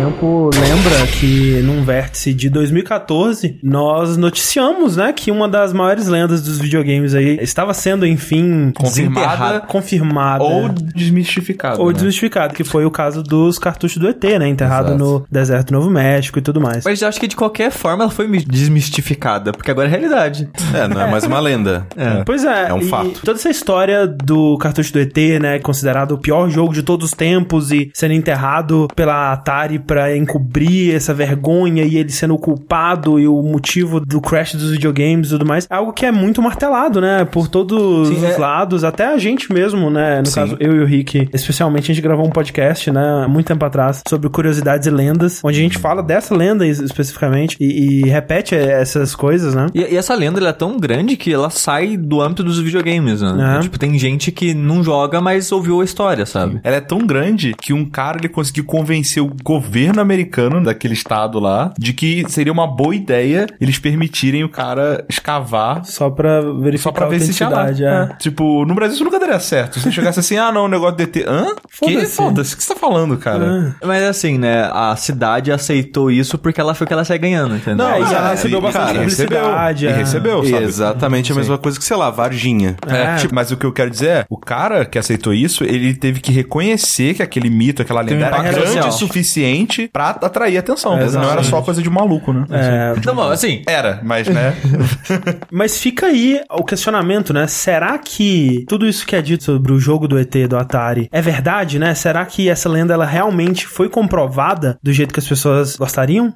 tempo, lembra que num vértice de 2014, nós noticiamos, né, que uma das maiores lendas dos videogames aí estava sendo, enfim, confirmada. Ou desmistificada. Ou desmistificada, que foi o caso dos cartuchos do ET, né, enterrado no deserto do Novo México e tudo mais. Mas eu acho que de qualquer forma ela foi desmistificada, porque agora é realidade. Não é mais uma lenda. Pois é. É um fato. Toda essa história do cartucho do ET, né, considerado o pior jogo de todos os tempos e sendo enterrado pela Atari pra encobrir essa vergonha e ele sendo o culpado e o motivo do crash dos videogames e tudo mais, é algo que é muito martelado, né, por todos os lados, até a gente mesmo, né, no caso eu e o Rick, especialmente a gente gravou um podcast, né, há muito tempo atrás, sobre curiosidades e lendas, onde a gente fala dessa lenda especificamente e repete essas coisas, né. E essa lenda, ela é tão grande que ela sai do âmbito dos videogames, né? Tipo, tem gente que não joga, mas ouviu a história, sabe? Ela é tão grande que um cara, ele conseguiu convencer o governo americano daquele estado lá de que seria uma boa ideia eles permitirem o cara escavar só pra verificar a autenticidade. Tipo, no Brasil isso nunca daria certo. Se você chegasse assim, não, o negócio de ET... Foda-se. O que você tá falando, cara? Mas assim, né, a cidade aceitou isso porque ela foi que ela sai ganhando, entendeu? Não, e ela recebeu bastante publicidade. E recebeu, sabe? Exatamente a mesma coisa que, sei lá, Varginha. Tipo, mas o que eu quero dizer é, o cara que aceitou isso, ele teve que reconhecer que aquele mito, aquela lenda era grande o suficiente pra atrair atenção. Não era só coisa de maluco, né? Não, assim... Era, mas, né? Mas fica aí o questionamento, né? Será que tudo isso que é dito sobre o jogo do ET do Atari é verdade, né? Será que essa lenda, ela realmente foi comprovada do jeito que as pessoas gostariam?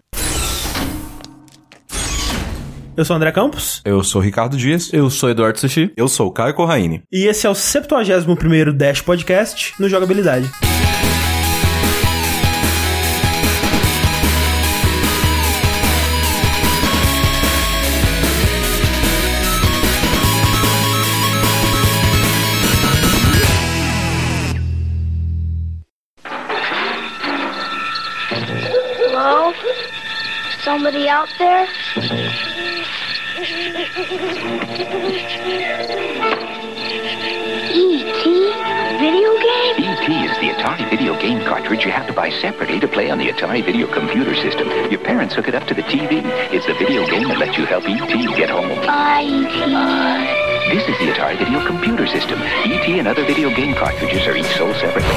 Eu sou o André Campos. Eu sou o Ricardo Dias. Eu sou o Eduardo Sushi. Eu sou o Caio Corraine. E esse é o 71º Dash Podcast no Jogabilidade. Hello? Somebody out there? E.T. Video game? E.T. is the Atari video game cartridge you have to buy separately to play on the Atari video computer system. Your parents hook it up to the TV. It's the video game that lets you help E.T. get home. E.T. This is the Atari video computer system. E.T. and other video game cartridges are each sold separately.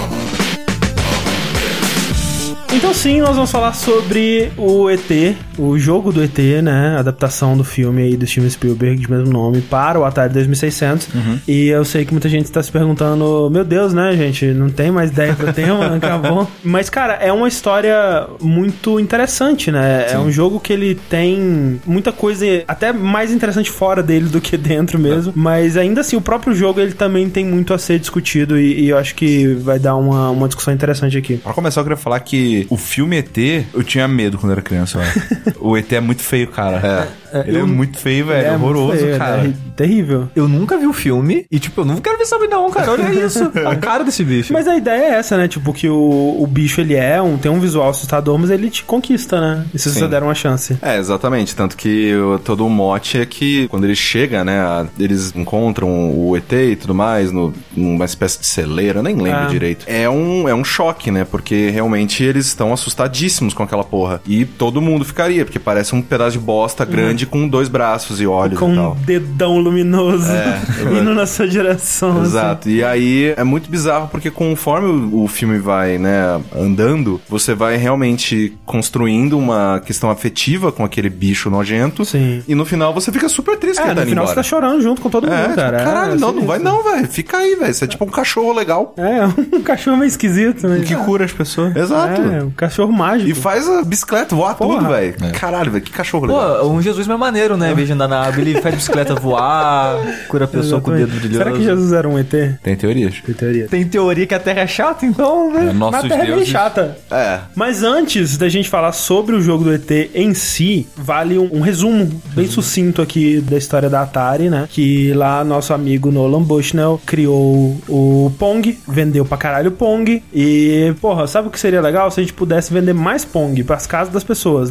Então sim, nós vamos falar sobre o ET, o jogo do ET, né, a adaptação do filme aí do Steven Spielberg, de mesmo nome, para o Atari 2600, e eu sei que muita gente está se perguntando, meu Deus, né, gente, não tem mais ideia pro tema, acabou. Mas, cara, é uma história muito interessante, né, é um jogo que ele tem muita coisa, até mais interessante fora dele do que dentro mesmo, mas ainda assim, o próprio jogo, ele também tem muito a ser discutido, e eu acho que vai dar uma discussão interessante aqui. Pra começar, eu queria falar que o filme ET, eu tinha medo quando era criança, ó. O ET é muito feio, cara. Ele é muito feio, velho. É horroroso, feio, cara. É terrível. Eu nunca vi o filme e, tipo, eu não quero ver saber não, cara. Olha isso. A cara desse bicho. Mas a ideia é essa, né? Tipo, que o bicho, ele tem um visual assustador, mas ele te conquista, né? E se você der uma chance. Exatamente. Tanto que todo o mote é que quando ele chega, né? Eles encontram o ET e tudo mais numa espécie de celeira, eu nem lembro direito. É um choque, né? Porque realmente eles estão assustadíssimos com aquela porra. E todo mundo ficaria, porque parece um pedaço de bosta grande com 2 braços e olhos com e tal. Um dedão luminoso indo na sua direção. Exato. Assim. E aí é muito bizarro porque conforme o filme vai, né, andando, você vai realmente construindo uma questão afetiva com aquele bicho nojento. Sim. E no final você fica super triste que ele tá indo no final embora. você tá chorando junto com todo mundo, cara. Caralho, não vai não, velho. Fica aí, velho. Você é tipo um cachorro legal. Um cachorro meio esquisito. Mas... que cura as pessoas. Exato. Um cachorro mágico. E faz a bicicleta voar tudo, velho. Caralho, velho. Que cachorro legal. Pô, um Jesus mais maneiro, né? Em vez de andar na água, ele faz a bicicleta voar, cura a pessoa com o dedo brilhoso. Será que Jesus era um ET? Tem teorias. Tem teoria que a Terra é chata, então, né? Mas a Terra é bem chata. Mas antes da gente falar sobre o jogo do ET em si, vale um resumo bem sucinto aqui da história da Atari, né? Que lá nosso amigo Nolan Bushnell criou o Pong, vendeu pra caralho o Pong e, porra, sabe o que seria legal? Se a gente pudesse vender mais Pong pras casas das pessoas, né?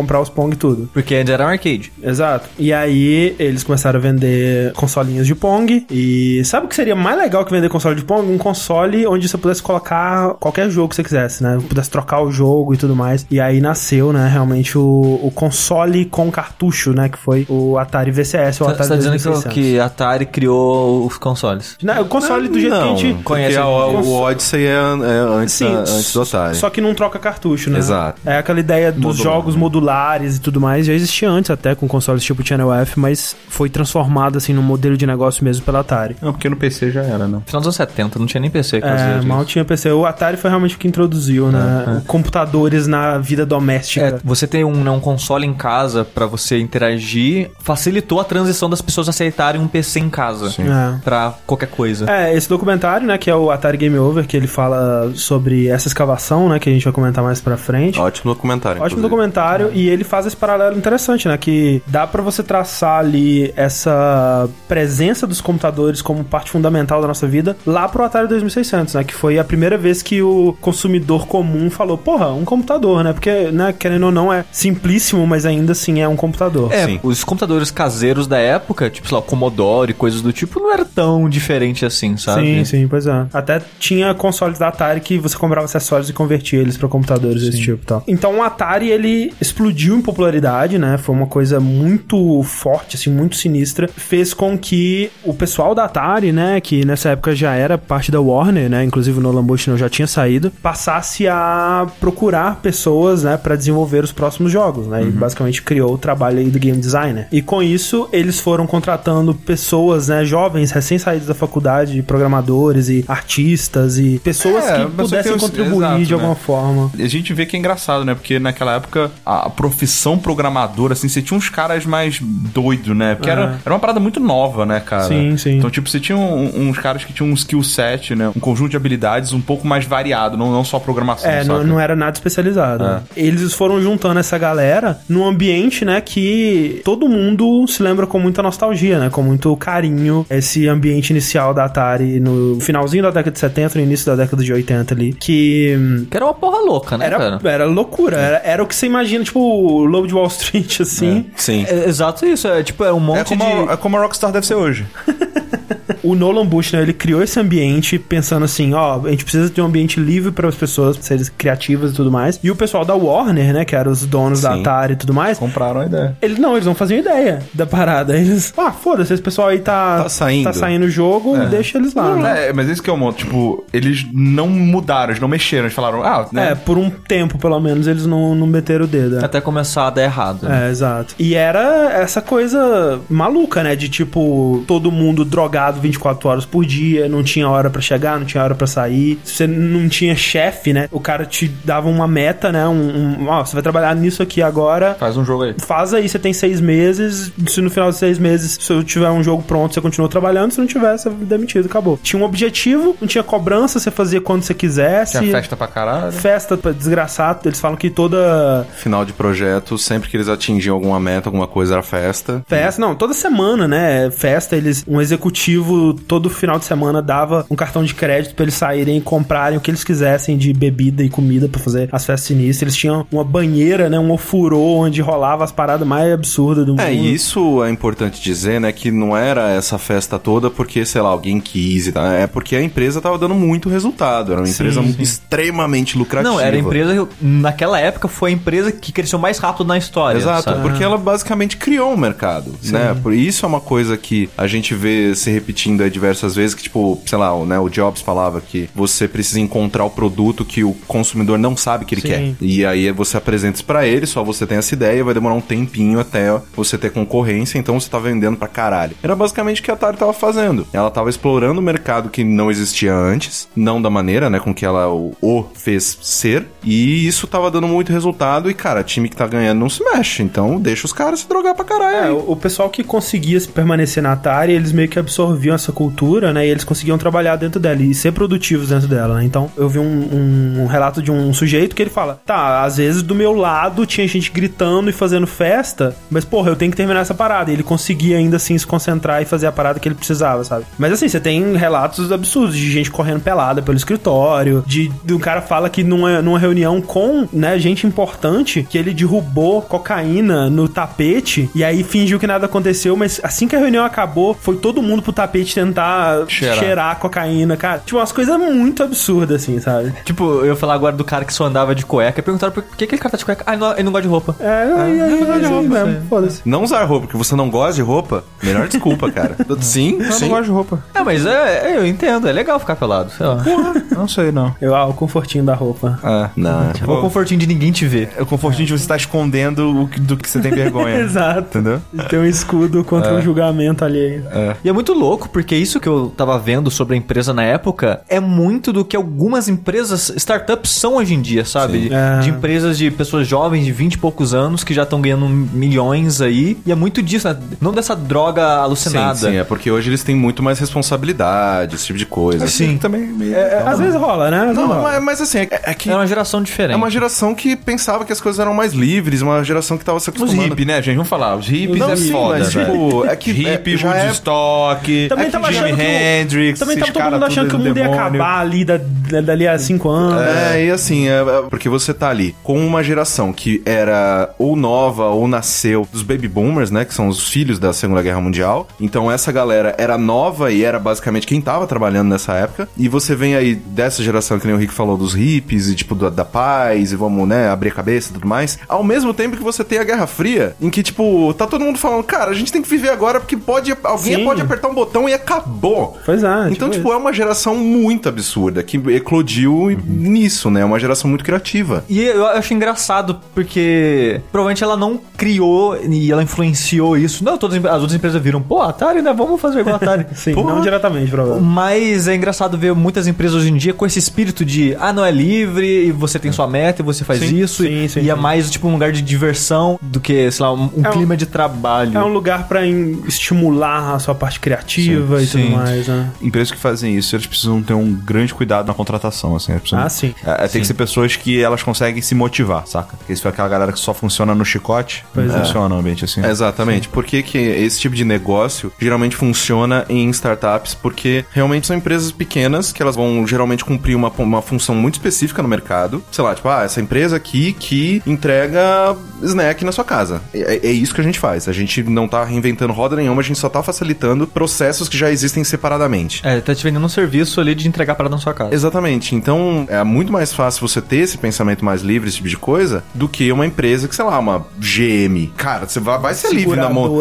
comprar os Pong e tudo. Porque antes era um arcade. Exato. E aí eles começaram a vender consolinhos de Pong. E sabe o que seria mais legal que vender console de Pong? Um console onde você pudesse colocar qualquer jogo que você quisesse, né? Pudesse trocar o jogo e tudo mais. E aí nasceu, né, realmente o console com cartucho, né? Que foi o Atari VCS, o Atari 2600. Você tá dizendo que a Atari criou os consoles? Não, o console do jeito que a gente conhece. O Odyssey é antes do Atari. Só que não troca cartucho, né? Exato. É aquela ideia dos jogos modulares e tudo mais. Já existia antes até com consoles tipo Channel F, mas foi transformado assim num modelo de negócio mesmo pela Atari. Não, porque no PC já era, não. Final dos anos 70, não tinha nem PC que fazia mal isso. Tinha PC. O Atari foi realmente o que introduziu, né? Computadores na vida doméstica. Você ter um console em casa pra você interagir facilitou a transição das pessoas aceitarem um PC em casa. Sim. Pra qualquer coisa. Esse documentário, né, que é o Atari Game Over, que ele fala sobre essa escavação, né, que a gente vai comentar mais pra frente. Ótimo documentário. E ele faz esse paralelo interessante, né, que dá pra você traçar ali essa presença dos computadores como parte fundamental da nossa vida lá pro Atari 2600, né, que foi a primeira vez que o consumidor comum falou, porra, um computador, né, porque, né, querendo ou não, é simplíssimo, mas ainda assim é um computador. Sim. Os computadores caseiros da época, tipo, sei lá, o Commodore e coisas do tipo, não era tão diferente assim, sabe? Sim, pois é. Até tinha consoles da Atari que você comprava acessórios e convertia eles pra computadores desse tipo e tal. Então o Atari, ele explodiu em popularidade, né? Foi uma coisa muito forte, assim, muito sinistra. Fez com que o pessoal da Atari, né, que nessa época já era parte da Warner, né, inclusive o Nolan Bushnell já tinha saído, passasse a procurar pessoas, né, pra desenvolver os próximos jogos, né? E basicamente criou o trabalho aí do game designer. E com isso, eles foram contratando pessoas, né, jovens, recém-saídos da faculdade, programadores e artistas e pessoas que pudessem contribuir de alguma forma. A gente vê que é engraçado, né? Porque naquela época, a profissão programadora, assim, você tinha uns caras mais doidos, né? Porque era uma parada muito nova, né, cara? Sim. Então, tipo, você tinha uns caras que tinham um skill set, né? Um conjunto de habilidades um pouco mais variado, não só programação, não era nada especializado. Eles foram juntando essa galera num ambiente, né, que todo mundo se lembra com muita nostalgia, né? Com muito carinho. Esse ambiente inicial da Atari no finalzinho da década de 70, no início da década de 80 ali, que era uma porra louca, né, cara? Era loucura. Era o que você imagina, tipo, o Lobo de Wall Street, assim. Sim. Exato isso. É um monte É como a Rockstar deve ser hoje. O Nolan Bushnell, ele criou esse ambiente pensando assim, a gente precisa de um ambiente livre para as pessoas serem criativas e tudo mais. E o pessoal da Warner, né, que eram os donos da Atari e tudo mais, compraram a ideia. Eles não faziam ideia da parada. Eles, foda-se, esse pessoal aí tá saindo o jogo, deixa eles lá. Né? Mas esse que é o modo, tipo, eles não mudaram, eles não mexeram, eles falaram, né? Por um tempo, pelo menos, eles não meteram o dedo. Até começar a dar errado. Né? Exato. E era essa coisa maluca, né, de tipo, todo mundo drogado 24 horas por dia, não tinha hora pra chegar, não tinha hora pra sair, você não tinha chefe, né, o cara te dava uma meta, né, você vai trabalhar nisso aqui agora, faz um jogo aí. Faz aí, você tem 6 meses, se no final de 6 meses, se eu tiver um jogo pronto, você continua trabalhando, se não tiver, você é demitido, acabou. Tinha um objetivo, não tinha cobrança, você fazia quando você quisesse. Tinha festa pra caralho. Festa pra desgraçar, eles falam que toda... Final de projeto, sempre que eles atingiam alguma meta, alguma coisa, era festa. Não, toda semana, né, festa, um executivo todo final de semana dava um cartão de crédito pra eles saírem e comprarem o que eles quisessem de bebida e comida pra fazer as festas sinistras. Eles tinham uma banheira, né, um ofurô onde rolava as paradas mais absurdas do mundo. Isso é importante dizer, né, que não era essa festa toda porque, sei lá, alguém quis e tal. É porque a empresa tava dando muito resultado. Era uma empresa extremamente lucrativa. Não, era a empresa, naquela época, foi a empresa que cresceu mais rápido na história. Exato, sabe? porque ela basicamente criou um mercado, né? Por isso é uma coisa que a gente vê se repetindo aí diversas vezes, que tipo, sei lá, né, o Jobs falava que você precisa encontrar o produto que o consumidor não sabe que ele quer. E aí você apresenta isso pra ele, só você tem essa ideia, vai demorar um tempinho até você ter concorrência, então você tá vendendo pra caralho. Era basicamente o que a Atari tava fazendo. Ela tava explorando o mercado que não existia antes, não da maneira, né, com que ela o fez ser, e isso tava dando muito resultado, e cara, time que tá ganhando não se mexe, então deixa os caras se drogar pra caralho. O pessoal que conseguia permanecer na Atari, eles meio que absorviam essa cultura, né? E eles conseguiam trabalhar dentro dela e ser produtivos dentro dela, né? Então, eu vi um relato de um sujeito que ele fala, tá, às vezes do meu lado tinha gente gritando e fazendo festa, mas, porra, eu tenho que terminar essa parada. E ele conseguia ainda assim se concentrar e fazer a parada que ele precisava, sabe? Mas assim, você tem relatos absurdos de gente correndo pelada pelo escritório, do cara fala que numa reunião com, né, gente importante, que ele derrubou cocaína no tapete e aí fingiu que nada aconteceu, mas assim que a reunião acabou, foi todo mundo pro tapete tentar cheirar a cocaína, cara. Tipo, umas coisas muito absurdas, assim, sabe? Tipo, eu ia falar agora do cara que só andava de cueca e perguntaram por que aquele cara tá de cueca? Ah, ele não gosta de roupa. Ele não gosta de roupa mesmo, foda-se. Não usar roupa, porque você não gosta de roupa, melhor desculpa, cara. Sim, eu não gosto de roupa. Mas eu entendo, é legal ficar pelado, sei lá. Porra, não sei não. O confortinho da roupa. Não. Tipo, o confortinho de ninguém te ver. É o confortinho de você estar escondendo do que você tem vergonha. Exato. Entendeu? E tem um escudo contra o julgamento alheio. E é muito louco, porque isso que eu tava vendo sobre a empresa na época é muito do que algumas empresas, startups, são hoje em dia, sabe? De empresas de pessoas jovens de 20 e poucos anos que já estão ganhando milhões aí. E é muito disso, né? Não dessa droga alucinada. Sim, é porque hoje eles têm muito mais responsabilidade, esse tipo de coisa. Sim. Também meio... Às vezes rola, né? Mas assim, é que... É uma geração diferente. É uma geração que pensava que as coisas eram mais livres, uma geração que tava se acostumando... Os hippies, né, gente? Vamos falar. Os hippies foda, mas, tipo, é que... Hippie, Woodstock, também tava Jimi Hendrix... Também tava todo mundo achando que o mundo ia acabar ali dali a 5 anos. E assim, porque você tá ali com uma geração que era ou nova ou nasceu dos baby boomers, né, que são os filhos da Segunda Guerra Mundial. Então essa galera era nova e era basicamente quem tava trabalhando nessa época. E você vem aí dessa geração, que nem o Rick falou, dos hippies e tipo da paz e vamos, né, abrir a cabeça e tudo mais. Ao mesmo tempo que você tem a Guerra Fria, em que tipo, tá todo mundo falando, cara, a gente tem que viver agora porque alguém pode apertar um botão e acabou. Pois é. Então, tipo, é uma geração muito absurda que eclodiu nisso, né? É uma geração muito criativa. E eu acho engraçado porque provavelmente ela não criou e ela influenciou isso. Não, todas as outras empresas viram, pô, Atari, né? Vamos fazer igual a Atari. Sim, não diretamente, provavelmente. Mas é engraçado ver muitas empresas hoje em dia com esse espírito de, não é livre, e você tem sua meta e você faz isso. E é mais, tipo, um lugar de diversão do que, sei lá, um clima de trabalho. É um lugar pra estimular a sua parte criativa e tudo mais, né? Empresas que fazem isso, eles precisam ter um grande cuidado na contratação, assim. Sim. Tem que ser pessoas que elas conseguem se motivar, saca? Porque se for aquela galera que só funciona no chicote, não funciona um ambiente assim. Exatamente. Por que esse tipo de negócio geralmente funciona em startups? Porque realmente são empresas pequenas que elas vão geralmente cumprir uma função muito específica no mercado. Sei lá, tipo, essa empresa aqui que entrega snack na sua casa. É isso que a gente faz. A gente não tá reinventando roda nenhuma, a gente só tá facilitando processos que já existem separadamente. Tá te vendendo um serviço ali de entregar parada na sua casa. Exatamente. Então, é muito mais fácil você ter esse pensamento mais livre, esse tipo de coisa, do que uma empresa que, sei lá, uma GM. Cara, você vai ser livre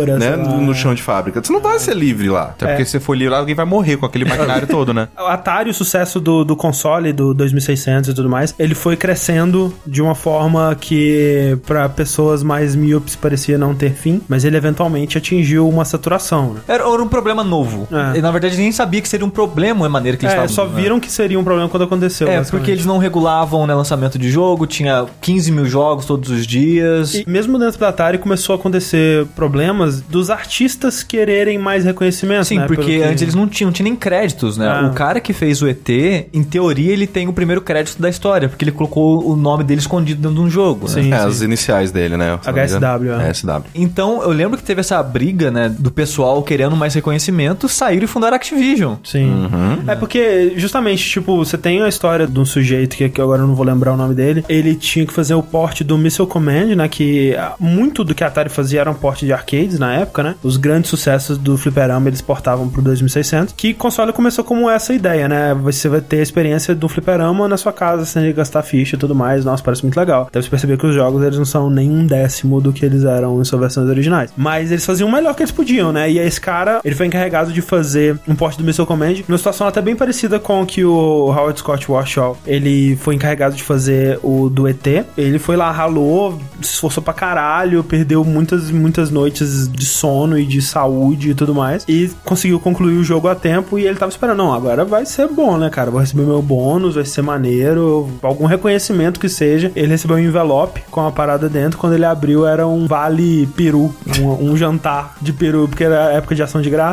no chão de fábrica. Você não vai ser livre lá. Até porque se for livre lá, alguém vai morrer com aquele maquinário todo, né? O Atari, o sucesso do console, do 2600 e tudo mais, ele foi crescendo de uma forma que pra pessoas mais míopes parecia não ter fim, mas ele eventualmente atingiu uma saturação, né? Era um problema novo. E, na verdade, nem sabia que seria um problema a maneira que eles estavam. Só viram que seria um problema quando aconteceu. Porque eles não regulavam, né, lançamento de jogo, tinha 15 mil jogos todos os dias. E mesmo dentro da Atari começou a acontecer problemas dos artistas quererem mais reconhecimento. Sim, né? Porque antes eles não tinham nem créditos, né? O cara que fez o ET, em teoria, ele tem o primeiro crédito da história, porque ele colocou o nome dele escondido dentro de um jogo. Sim, né? As iniciais dele, né? HSW. HSW. Então, eu lembro que teve essa briga, né, do pessoal querendo mais reconhecimento, saíram e fundaram a Activision. Sim. É porque, justamente, tipo, você tem a história de um sujeito que agora eu não vou lembrar o nome dele, ele tinha que fazer o port do Missile Command, né, que muito do que a Atari fazia era um port de arcades na época, né, os grandes sucessos do fliperama eles portavam pro 2600, que console começou como essa ideia, né, você vai ter a experiência do fliperama na sua casa, sem gastar ficha e tudo mais, nossa, parece muito legal. Deve perceber que os jogos, eles não são nem 1/10 do que eles eram em suas versões originais, mas eles faziam o melhor que eles podiam, né, e esse cara, ele foi encarregado de fazer um port do Missile Command, numa situação até bem parecida com o que o Howard Scott Warshaw, ele foi encarregado de fazer o do ET, ele foi lá, ralou, se esforçou pra caralho, perdeu muitas noites de sono e de saúde e tudo mais, e conseguiu concluir o jogo a tempo, e ele tava esperando, não, agora vai ser bom, né, cara, vou receber meu bônus, vai ser maneiro, algum reconhecimento que seja. Ele recebeu um envelope com a parada dentro, quando ele abriu era um vale peru, um jantar de peru, porque era época de ação de graças, né, e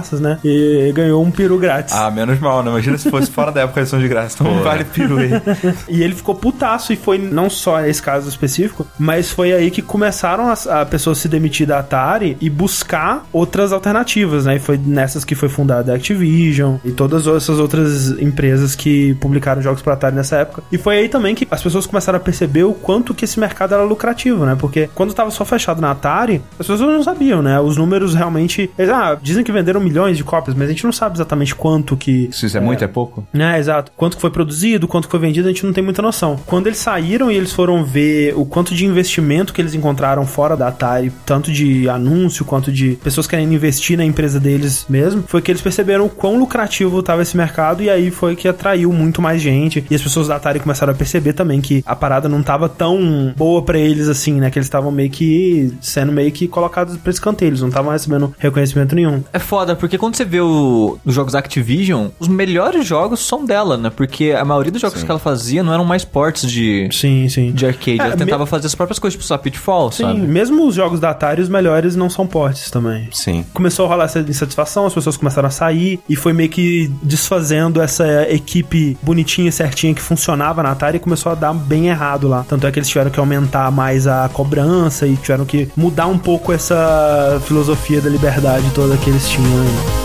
e ganhou um peru grátis. Ah, menos mal, né? Imagina se fosse fora da época eles são de graça. Então vale peru aí. E ele ficou putaço, e foi não só esse caso específico, mas foi aí que começaram a pessoa se demitir da Atari e buscar outras alternativas, né? E foi nessas que foi fundada a Activision e todas essas outras empresas que publicaram jogos pra Atari nessa época. E foi aí também que as pessoas começaram a perceber o quanto que esse mercado era lucrativo, né? Porque quando tava só fechado na Atari, as pessoas não sabiam, né? Os números realmente... Eles, dizem que venderam milhões de cópias, mas a gente não sabe exatamente quanto que... Se isso é muito, é pouco? Exato. Quanto que foi produzido, quanto que foi vendido, a gente não tem muita noção. Quando eles saíram e eles foram ver o quanto de investimento que eles encontraram fora da Atari, tanto de anúncio quanto de pessoas querendo investir na empresa deles mesmo, foi que eles perceberam o quão lucrativo estava esse mercado, e aí foi que atraiu muito mais gente, e as pessoas da Atari começaram a perceber também que a parada não tava tão boa pra eles assim, né, que eles estavam meio que sendo meio que colocados pra escanteio, eles não estavam recebendo reconhecimento nenhum. É foda, porque quando você vê os jogos da Activision, os melhores jogos são dela, né, porque a maioria dos jogos que ela fazia não eram mais ports de arcade, ela tentava fazer as próprias coisas, tipo só Pitfall, sabe? Mesmo os jogos da Atari, os melhores não são ports também. Sim. Começou a rolar essa insatisfação, as pessoas começaram a sair, e foi meio que desfazendo essa equipe bonitinha, certinha, que funcionava na Atari, e começou a dar bem errado lá. Tanto é que eles tiveram que aumentar mais a cobrança e tiveram que mudar um pouco essa filosofia da liberdade toda que eles tinham aí.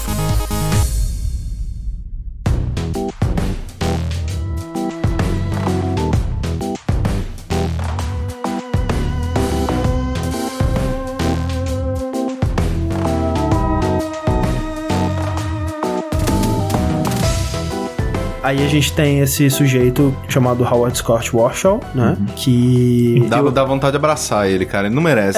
Aí a gente tem esse sujeito chamado Howard Scott Warshaw, né? Que... Dá vontade de abraçar ele, cara. Ele não merece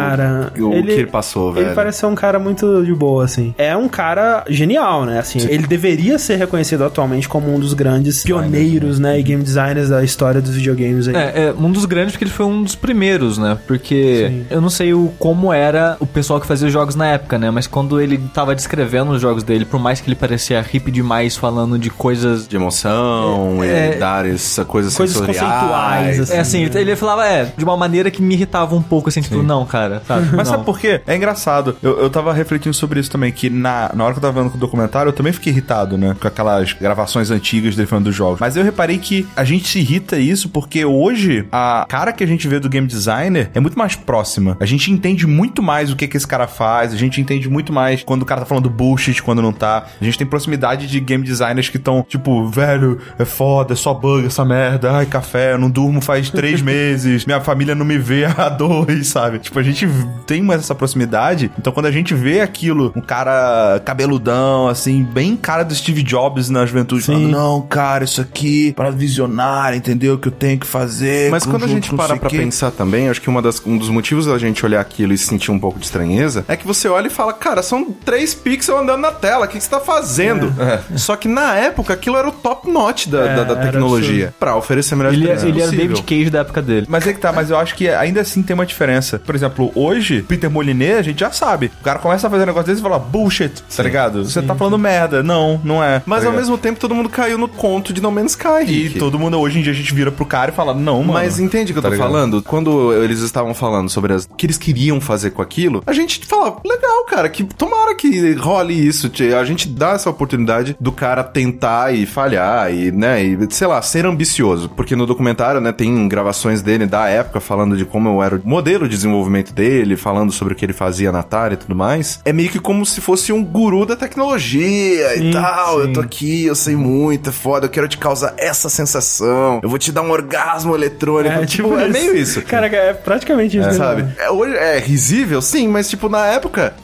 o que ele passou, velho. Ele parece ser um cara muito de boa, assim. É um cara genial, né? Assim, ele deveria ser reconhecido atualmente como um dos grandes pioneiros, né? E game designers da história dos videogames aí. É um dos grandes porque ele foi um dos primeiros, né? Porque eu não sei como era o pessoal que fazia os jogos na época, né? Mas quando ele tava descrevendo os jogos dele, por mais que ele parecia hippie demais, falando de coisas... de emoção, dar essa coisas conceituais, assim. Assim, ele falava, de uma maneira que me irritava um pouco, assim, tipo, não, cara, sabe? Mas sabe por quê? É engraçado. Eu tava refletindo sobre isso também, que na hora que eu tava vendo o documentário, eu também fiquei irritado, né? Com aquelas gravações antigas dele falando dos jogos. Mas eu reparei que a gente se irrita isso porque hoje a cara que a gente vê do game designer é muito mais próxima. A gente entende muito mais o que esse cara faz, a gente entende muito mais quando o cara tá falando bullshit, quando não tá. A gente tem proximidade de game designers que estão, tipo, velho, é foda, é só bug essa merda, ai, café, eu não durmo faz 3 meses, minha família não me vê há 2, sabe? Tipo, a gente tem mais essa proximidade, então quando a gente vê aquilo, um cara cabeludão, assim, bem cara do Steve Jobs na juventude, falando, não, cara, isso aqui para visionário, entendeu? O que eu tenho que fazer. Mas quando a gente para pra pensar também, acho que um dos motivos da gente olhar aquilo e sentir um pouco de estranheza, é que você olha e fala, cara, são 3 pixels andando na tela, o que você tá fazendo? Só que na época, aquilo era o top notch da tecnologia pra oferecer a melhor experiência ele era o David Cage da época dele. Mas é que tá, mas eu acho que ainda assim tem uma diferença. Por exemplo, hoje, Peter Molyneux, a gente já sabe. O cara começa a fazer um negócio desse e fala, bullshit, tá ligado? Você tá falando merda. Não é. Mas ao mesmo tempo, todo mundo caiu no conto de No Man's Sky, Rick. E todo mundo, hoje em dia, a gente vira pro cara e fala, não, mano. Mas entende o que eu tô falando? Quando eles estavam falando sobre o que eles queriam fazer com aquilo, a gente fala, legal, cara, que tomara que role isso. A gente dá essa oportunidade do cara tentar e falhar e, né, e, sei lá, ser ambicioso. Porque no documentário, né, tem gravações dele da época falando de como era o modelo de desenvolvimento dele, falando sobre o que ele fazia na Atari e tudo mais. É meio que como se fosse um guru da tecnologia e tal. Eu tô aqui, eu sei muito, é foda, eu quero te causar essa sensação, eu vou te dar um orgasmo eletrônico. É meio isso. Cara, é praticamente isso. Sabe? Hoje é risível, sim, mas tipo, na época,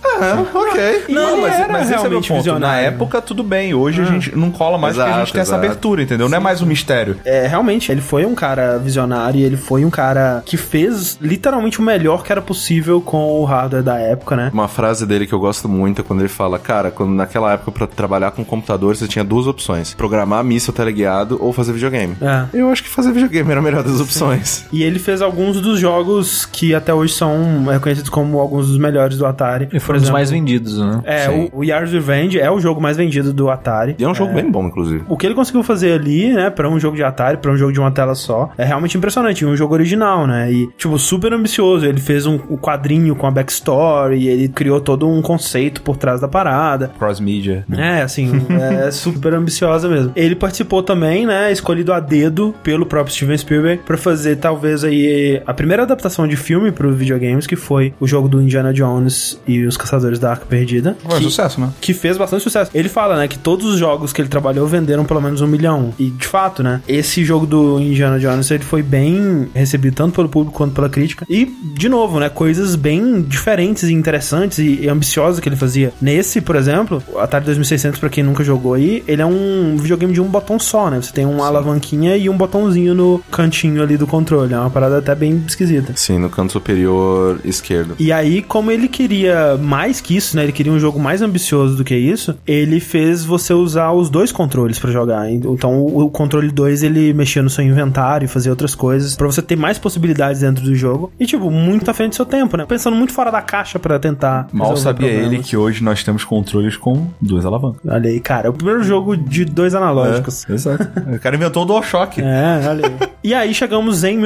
ok. Não, mas esse é o meu ponto. Na época, tudo bem. Hoje a gente não cola mais porque a gente tem essa abertura, entendeu? Não é mais um mistério. Realmente, ele foi um cara visionário, ele foi um cara que fez literalmente o melhor que era possível com o hardware da época, né? Uma frase dele que eu gosto muito é quando ele fala, cara, quando naquela época pra trabalhar com computador você tinha 2 opções, programar míssil teleguiado ou fazer videogame. Eu acho que fazer videogame era a melhor das opções. E ele fez alguns dos jogos que até hoje são reconhecidos como alguns dos melhores do Atari. E foram os mais vendidos, né? O Yars' Revenge é o jogo mais vendido do Atari. E é um jogo bem bom, inclusive. o que ele conseguiu fazer ali, né, pra um jogo de Atari, pra um jogo de uma tela só, é realmente impressionante. Um jogo original, né? E, tipo, super ambicioso. Ele fez um quadrinho com a backstory, ele criou todo um conceito por trás da parada. Cross-media. É, assim, é super ambiciosa mesmo. Ele participou também, né, escolhido a dedo pelo próprio Steven Spielberg pra fazer, talvez, aí, a primeira adaptação de filme pros videogames, que foi o jogo do Indiana Jones e os Caçadores da Arca Perdida. Foi um sucesso, né? Que fez bastante sucesso. Ele fala, né, que todos os jogos que ele trabalhou venderam pelo menos 1 milhão. E, de fato, né, esse jogo do Indiana Jones, ele foi bem recebido tanto pelo público quanto pela crítica. E, de novo, né, coisas bem diferentes e interessantes e ambiciosas que ele fazia. Nesse, por exemplo, o Atari 2600, pra quem nunca jogou aí, ele é um videogame de um botão só, né? Você tem uma alavanquinha e um botãozinho no cantinho ali do controle. É uma parada até bem esquisita. Sim, no canto superior esquerdo. E aí, como ele queria mais que isso, né? Ele queria um jogo mais ambicioso do que isso, ele fez você usar os dois controles pra jogar. Então, o controle 2, ele mexia no seu inventário e fazia outras coisas pra você ter mais possibilidades dentro do jogo. E, tipo, muito à frente do seu tempo, né? Pensando muito fora da caixa pra tentar Mal sabia problemas. ele que hoje nós temos controles com 2 alavancas. Olha aí, cara. É o primeiro jogo de 2 analógicos. Exato. O cara inventou o DualShock. Olha aí. E aí chegamos em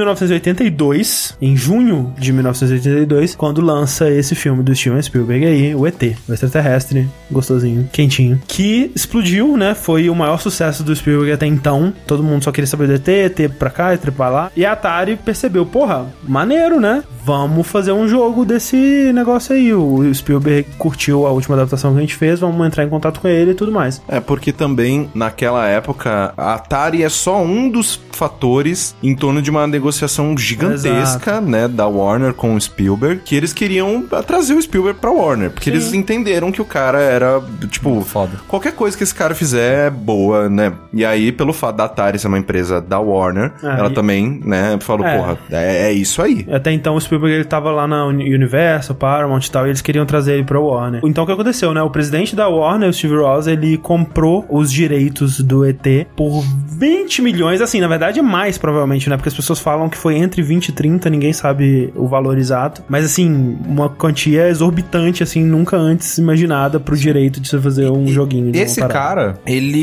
1982, em junho de 1982, quando lança esse filme do Steven Spielberg aí, o ET, o extraterrestre, gostosinho, quentinho, que explodiu, né? Foi o maior sucesso do Spielberg até então. Todo mundo só queria saber do ET pra cá, ET pra lá. E a Atari percebeu, porra, maneiro, né? Vamos fazer um jogo desse negócio aí. O Spielberg curtiu a última adaptação que a gente fez, vamos entrar em contato com ele e tudo mais. É, porque também, naquela época, a Atari é só um dos fatores em torno de uma negociação gigantesca, né, da Warner com o Spielberg, que eles queriam trazer o Spielberg pra Warner, porque eles entenderam que o cara era, tipo, foda. Qualquer coisa que esse cara fizer é boa, né? E aí, pelo fato da Atari ser uma empresa da Warner, ela também, né, falou, porra, é isso aí. Até então, o Spielberg, ele tava lá na Universal, Paramount e tal, e eles queriam trazer ele pra Warner. Então, o que aconteceu, né? O presidente da Warner, o Steve Ross, ele comprou os direitos do ET por 20 milhões, assim, na verdade é mais, provavelmente, né? Porque as pessoas falam que foi entre 20 e 30, ninguém sabe o valor exato, mas, assim, uma quantia exorbitante, assim, nunca antes imaginada pro direito de você fazer um joguinho. Esse cara,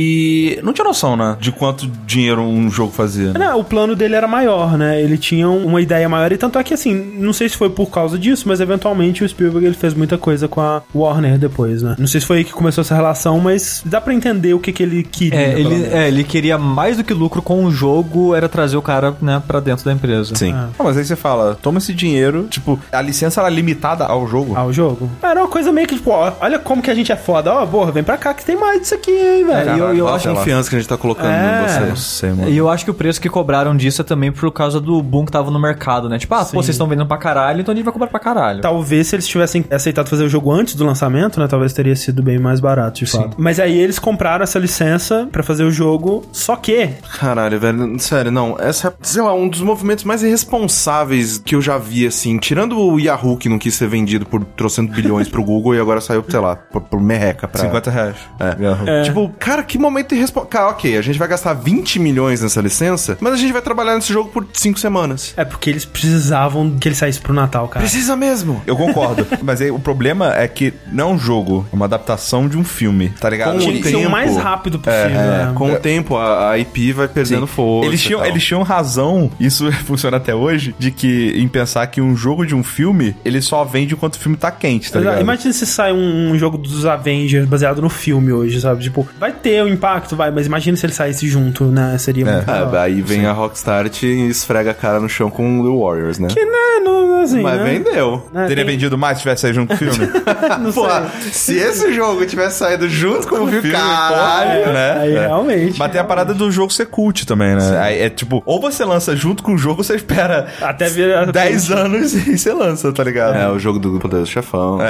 ele não tinha noção, né? De quanto dinheiro um jogo fazia. Não, o plano dele era maior, né? Ele tinha uma ideia maior, e tanto é que, assim, não sei se foi por causa disso, mas eventualmente o Spielberg, ele fez muita coisa com a Warner depois, né? Não sei se foi aí que começou essa relação, mas dá pra entender o que ele queria. Ele queria mais do que lucro com o jogo, era trazer o cara, né, pra dentro da empresa. Sim. Mas aí você fala, toma esse dinheiro, tipo, a licença era limitada ao jogo. Ao jogo. Era uma coisa meio que, tipo, ó, olha como que a gente é foda. Ó, porra, vem pra cá que tem mais disso aqui, hein, velho. Eu Olha acho a confiança que a gente tá colocando em você. Não sei, mano. E eu acho que o preço que cobraram disso é também por causa do boom que tava no mercado, né? Tipo, pô, vocês estão vendendo pra caralho, então a gente vai cobrar pra caralho. Talvez se eles tivessem aceitado fazer o jogo antes do lançamento, né? Talvez teria sido bem mais barato, de fato. Mas aí eles compraram essa licença pra fazer o jogo, só que... Caralho, velho, sério, não. Essa é, sei lá, um dos movimentos mais irresponsáveis que eu já vi, assim. Tirando o Yahoo, que não quis ser vendido por 300 bilhões pro Google e agora saiu, sei lá, por merreca pra... R$50. Tipo, cara, que momento irresponsável. Cara, ok, a gente vai gastar 20 milhões nessa licença, mas a gente vai trabalhar nesse jogo por 5 semanas. É porque eles precisavam que ele saísse pro Natal, cara. Precisa mesmo. Eu concordo. Mas aí o problema é que não é um jogo, é uma adaptação de um filme, tá ligado? Tinha que ser o mais rápido possível, né? Com o tempo, a IP vai perdendo força. Eles tinham razão, isso funciona até hoje, de que em pensar que um jogo de um filme, ele só vende enquanto o filme tá quente, tá ligado? Imagina se sai um jogo dos Avengers baseado no filme hoje, sabe? Tipo, vai ter o impacto, mas imagina se ele saísse junto, né? Seria muito legal. Aí vem a Rockstar e esfrega a cara no chão com o The Warriors, né? Que, né? Não, assim, mas né? vendeu. Teria vendido mais se tivesse saído junto com o filme? Não Pô, sei. se esse jogo tivesse saído junto com o filme, caralho, né? Aí realmente. Mas tem a parada do jogo ser cult também, né? Aí é tipo, ou você lança junto com o jogo, ou você espera até vir 10 anos e você lança, tá ligado? É, o jogo do Poder do Chefão.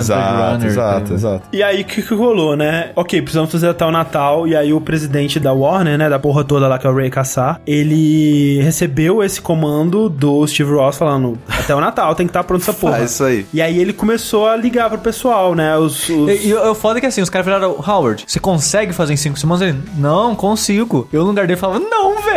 Exato. E aí, o que rolou, né? Ok, precisamos fazer até o Natal, e aí o presidente da Warner, né, da porra toda lá, que é o Ray Kassar, ele recebeu esse comando do Steve Ross falando, até o Natal tem que estar pronto essa porra. É isso aí. E aí ele começou a ligar pro pessoal, né, E o foda é que assim, os caras falaram, Howard, você consegue fazer em 5 semanas? Ele, não, consigo. Eu no lugar dele falava, não, velho.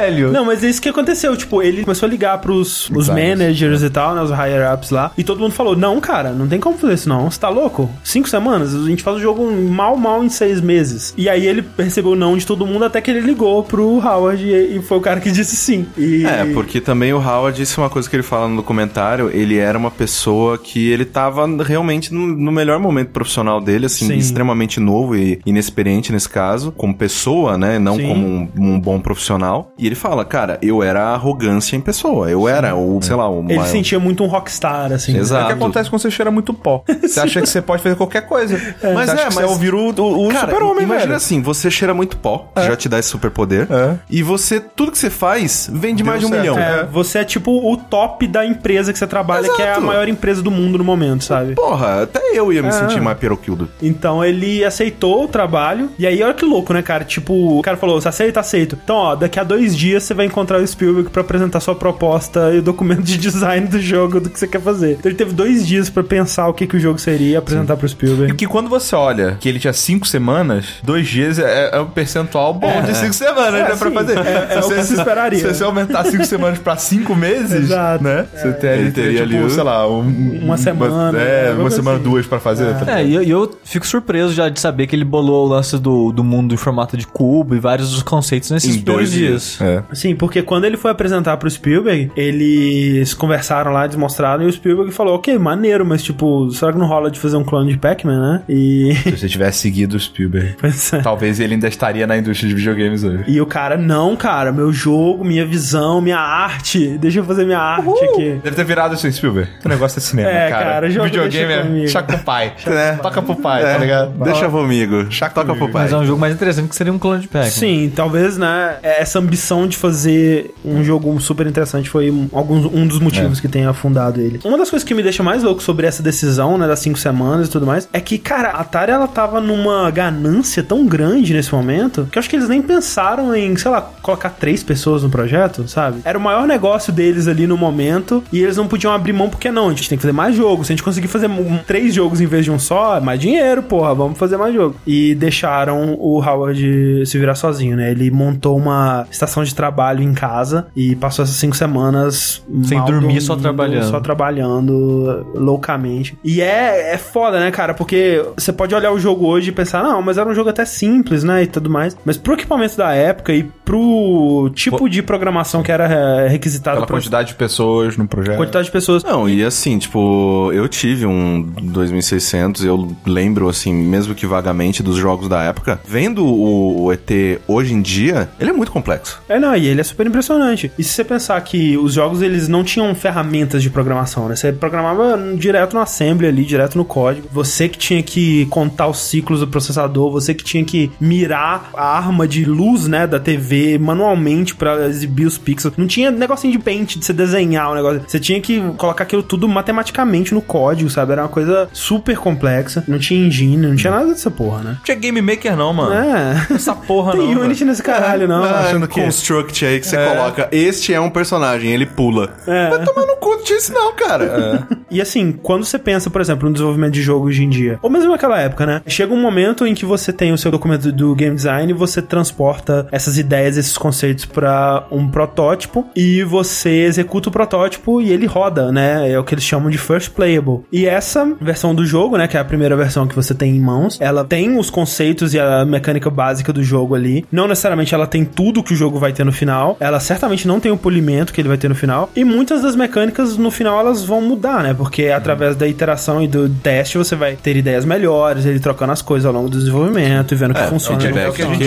velho. Não, mas é isso que aconteceu. Tipo, ele começou a ligar pros os managers e tal, né? Os higher-ups lá. E todo mundo falou, não, cara, não tem como fazer isso não. Você tá louco? 5 semanas? A gente faz o jogo mal em 6 meses. E aí ele recebeu o não de todo mundo até que ele ligou pro Howard e foi o cara que disse sim. Porque também o Howard, isso é uma coisa que ele fala no documentário, ele era uma pessoa que ele tava realmente no melhor momento profissional dele, assim, Sim. extremamente novo e inexperiente nesse caso, como pessoa, né, não Sim. como um bom profissional. E ele fala, cara, eu era a arrogância em pessoa, eu era o, sei lá, o Ele sentia muito um rockstar, assim. Exato. É o que acontece quando você cheira muito pó. Você acha que você pode fazer qualquer coisa. Mas você acha que você ouvir o cara, super-homem, imagina velho. assim, você cheira muito pó, que já te dá esse superpoder, e você, tudo que você faz, vende mais de 1 certo. milhão. Você é tipo o top da empresa que você trabalha, Exato. que é a maior empresa do mundo no momento, sabe? Porra, até eu ia me sentir mais piroquildo. Então ele aceitou o trabalho. E aí, olha que louco, né, cara? Tipo, o cara falou, você aceita? Aceito. Então, ó, daqui a 2 dias você vai encontrar o Spielberg pra apresentar sua proposta e o documento de design do jogo, do que você quer fazer. Então ele teve 2 dias pra pensar o que o jogo seria e apresentar pro Spielberg. E que quando você olha que ele tinha 5 semanas, 2 dias é um percentual bom de 5 semanas, né, pra sim, fazer. é o que se esperaria. Se você aumentar 5 semanas pra 5 meses, Exato. né? Você Ele teria tipo, ali sei lá, uma semana, uma coisa semana, assim. 2 pra fazer. Tá ligado? E eu fico surpreso já de saber que ele bolou o lance do mundo em formato de cubo e vários dos conceitos nesses Em primeiros 2 dias. Sim, porque quando ele foi apresentar pro Spielberg, eles conversaram lá, desmostraram, e o Spielberg falou, ok, maneiro, mas tipo, será que não rola de fazer um clone de Pac-Man, né? E... Se você tivesse seguido o Spielberg, Pois é. talvez ele ainda estaria na indústria de videogames hoje. E o cara, não, cara, meu jogo, minha visão, minha arte, deixa eu fazer minha arte aqui. Deve ter virado assim, Spielberg. O negócio é cinema, É, cara. cara, jogo videogame deixa comigo. é chaca pro pai. Toca pro pai, tá ligado? Deixa comigo. Toca pro pai. Mas é um jogo mais interessante que seria um clone de Pac-Man. Sim, talvez, né, essa ambição de fazer um jogo super interessante foi um dos motivos que tem afundado ele. Uma das coisas que me deixa mais louco sobre essa decisão, né, das 5 semanas e tudo mais, é que, cara, a Atari, ela tava numa ganância tão grande nesse momento, que eu acho que eles nem pensaram em, sei lá, colocar 3 pessoas no projeto, sabe? Era o maior negócio deles ali no momento, e eles não podiam abrir mão porque não, a gente tem que fazer mais jogos. Se a gente conseguir fazer 3 jogos em vez de um só, mais dinheiro, porra, vamos fazer mais jogo. E deixaram o Howard se virar sozinho, né? Ele montou uma estação de trabalho em casa e passou essas 5 semanas Sem mal dormir, dormindo, só trabalhando. Só trabalhando loucamente. E é foda, né, cara? Porque você pode olhar o jogo hoje e pensar, não, mas era um jogo até simples, né, e tudo mais. Mas pro equipamento da época e pro tipo de programação que era requisitado Pela quantidade de pessoas no projeto. quantidade de pessoas. Não, e assim, tipo, eu tive um 2600, eu lembro, assim, mesmo que vagamente dos jogos da época. Vendo o ET hoje em dia, ele é muito complexo. Não, e ele é super impressionante. E se você pensar que os jogos, eles não tinham ferramentas de programação, né? Você programava direto no assembly ali, direto no código. Você que tinha que contar os ciclos do processador, você que tinha que mirar a arma de luz, né, da TV manualmente pra exibir os pixels. Não tinha negocinho de paint, de você desenhar o negócio. Você tinha que colocar aquilo tudo matematicamente no código, sabe? Era uma coisa super complexa. Não tinha engine, não tinha nada dessa porra, né? Não tinha Game Maker não, mano. Essa porra Tem não. Unity nesse caralho, não. achando que- Construct aí que você coloca, este é um personagem, ele pula. Vai tomar no cu disso não, cara. E assim, quando você pensa, por exemplo, no desenvolvimento de jogo hoje em dia, ou mesmo naquela época, né? Chega um momento em que você tem o seu documento do game design e você transporta essas ideias, esses conceitos pra um protótipo e você executa o protótipo e ele roda, né? É o que eles chamam de first playable. E essa versão do jogo, né, que é a primeira versão que você tem em mãos, ela tem os conceitos e a mecânica básica do jogo ali. Não necessariamente ela tem tudo que o jogo vai ter no final. Ela certamente não tem o polimento que ele vai ter no final. E muitas das mecânicas no final elas vão mudar, né? Porque através da iteração e do teste você vai ter ideias melhores, ele trocando as coisas ao longo do desenvolvimento e vendo que funciona. feedback. É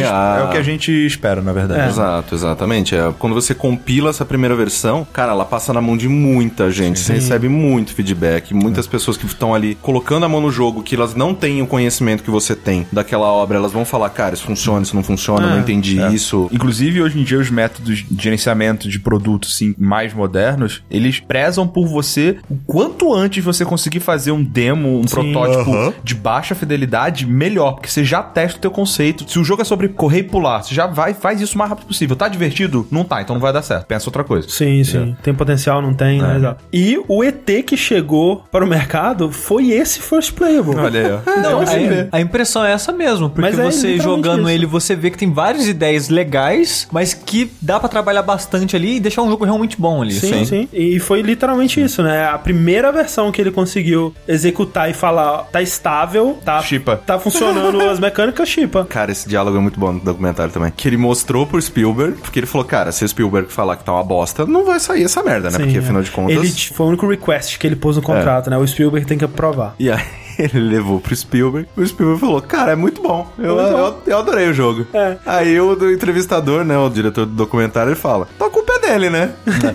o que a gente espera, na verdade. Exato, exatamente. Quando você compila essa primeira versão, cara, ela passa na mão de muita gente. Você recebe muito feedback. Muitas pessoas que estão ali colocando a mão no jogo, que elas não têm o conhecimento que você tem daquela obra, elas vão falar, cara, isso funciona, isso não funciona, não entendi isso. Inclusive, hoje em dia, os métodos de gerenciamento de produtos sim, mais modernos, eles prezam por você o quanto antes você conseguir fazer um demo, um protótipo de baixa fidelidade, melhor, porque você já testa o teu conceito. Se o jogo é sobre correr e pular, você já faz isso isso o mais rápido possível. Tá divertido? Não tá, então não vai dar certo. Pensa outra coisa. Sim. Tem potencial, não tem, né? Exato. E o ET que chegou para o mercado foi esse First Playable. Olha aí, ó. Não, a impressão é essa mesmo, porque você jogando ele, você vê que tem várias ideias legais, mas que dá pra trabalhar bastante ali e deixar um jogo realmente bom ali. Sim. E foi literalmente isso, né? A primeira versão que ele conseguiu executar e falar, tá estável, tá funcionando as mecânicas, chipa. Cara, esse diálogo é muito bom no documentário também. Que ele mostrou pro Spielberg, porque ele falou, cara, se o Spielberg falar que tá uma bosta, não vai sair essa merda, né? Porque afinal de contas... Ele foi o único request que ele pôs no contrato, né? O Spielberg tem que aprovar. E aí ele levou pro Spielberg. O Spielberg falou, cara, é muito bom. Eu adorei o jogo. Aí o entrevistador, né, o diretor do documentário, ele fala, então a culpa é dele, né?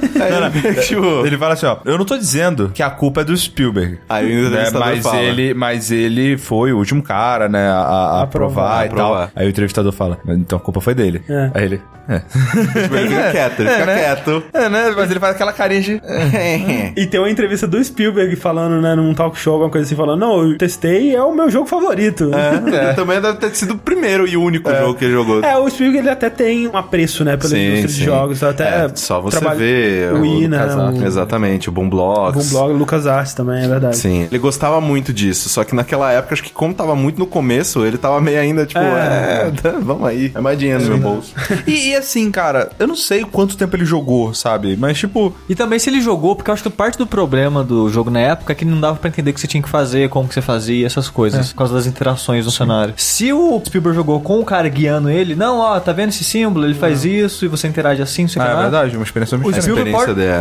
Aí ele fala assim, ó, eu não tô dizendo que a culpa é do Spielberg. Aí o entrevistador fala. Mas ele foi o último cara, né, a aprovar e tal. Aí o entrevistador fala, então a culpa foi dele. Aí ele... Ele fica quieto, quieto. Né? Mas ele faz aquela carinha de... E tem uma entrevista do Spielberg falando, né, num talk show, alguma coisa assim, falando, não, eu testei, é o meu jogo favorito. Ele também deve ter sido o primeiro e único jogo que ele jogou. O Spielberg, ele até tem um apreço, né, pela indústria de jogos. Até só você ver o Wii, né? Exatamente, o Boomblocks. LucasArts também, é verdade. Sim, ele gostava muito disso, só que naquela época, acho que como tava muito no começo, ele tava meio ainda, tipo, vamos aí, é mais dinheiro no meu bolso. E assim, cara, eu não sei quanto tempo ele jogou, sabe? Mas, tipo... E também se ele jogou, porque eu acho que parte do problema do jogo na época é que não dava pra entender o que você tinha que fazer, como que você fazia, essas coisas, por causa das interações no cenário. Se o Spielberg jogou com o cara guiando ele, não, ó, tá vendo esse símbolo? Ele faz isso e você interage assim, não sei o que lá. É verdade, uma experiência muito diferente.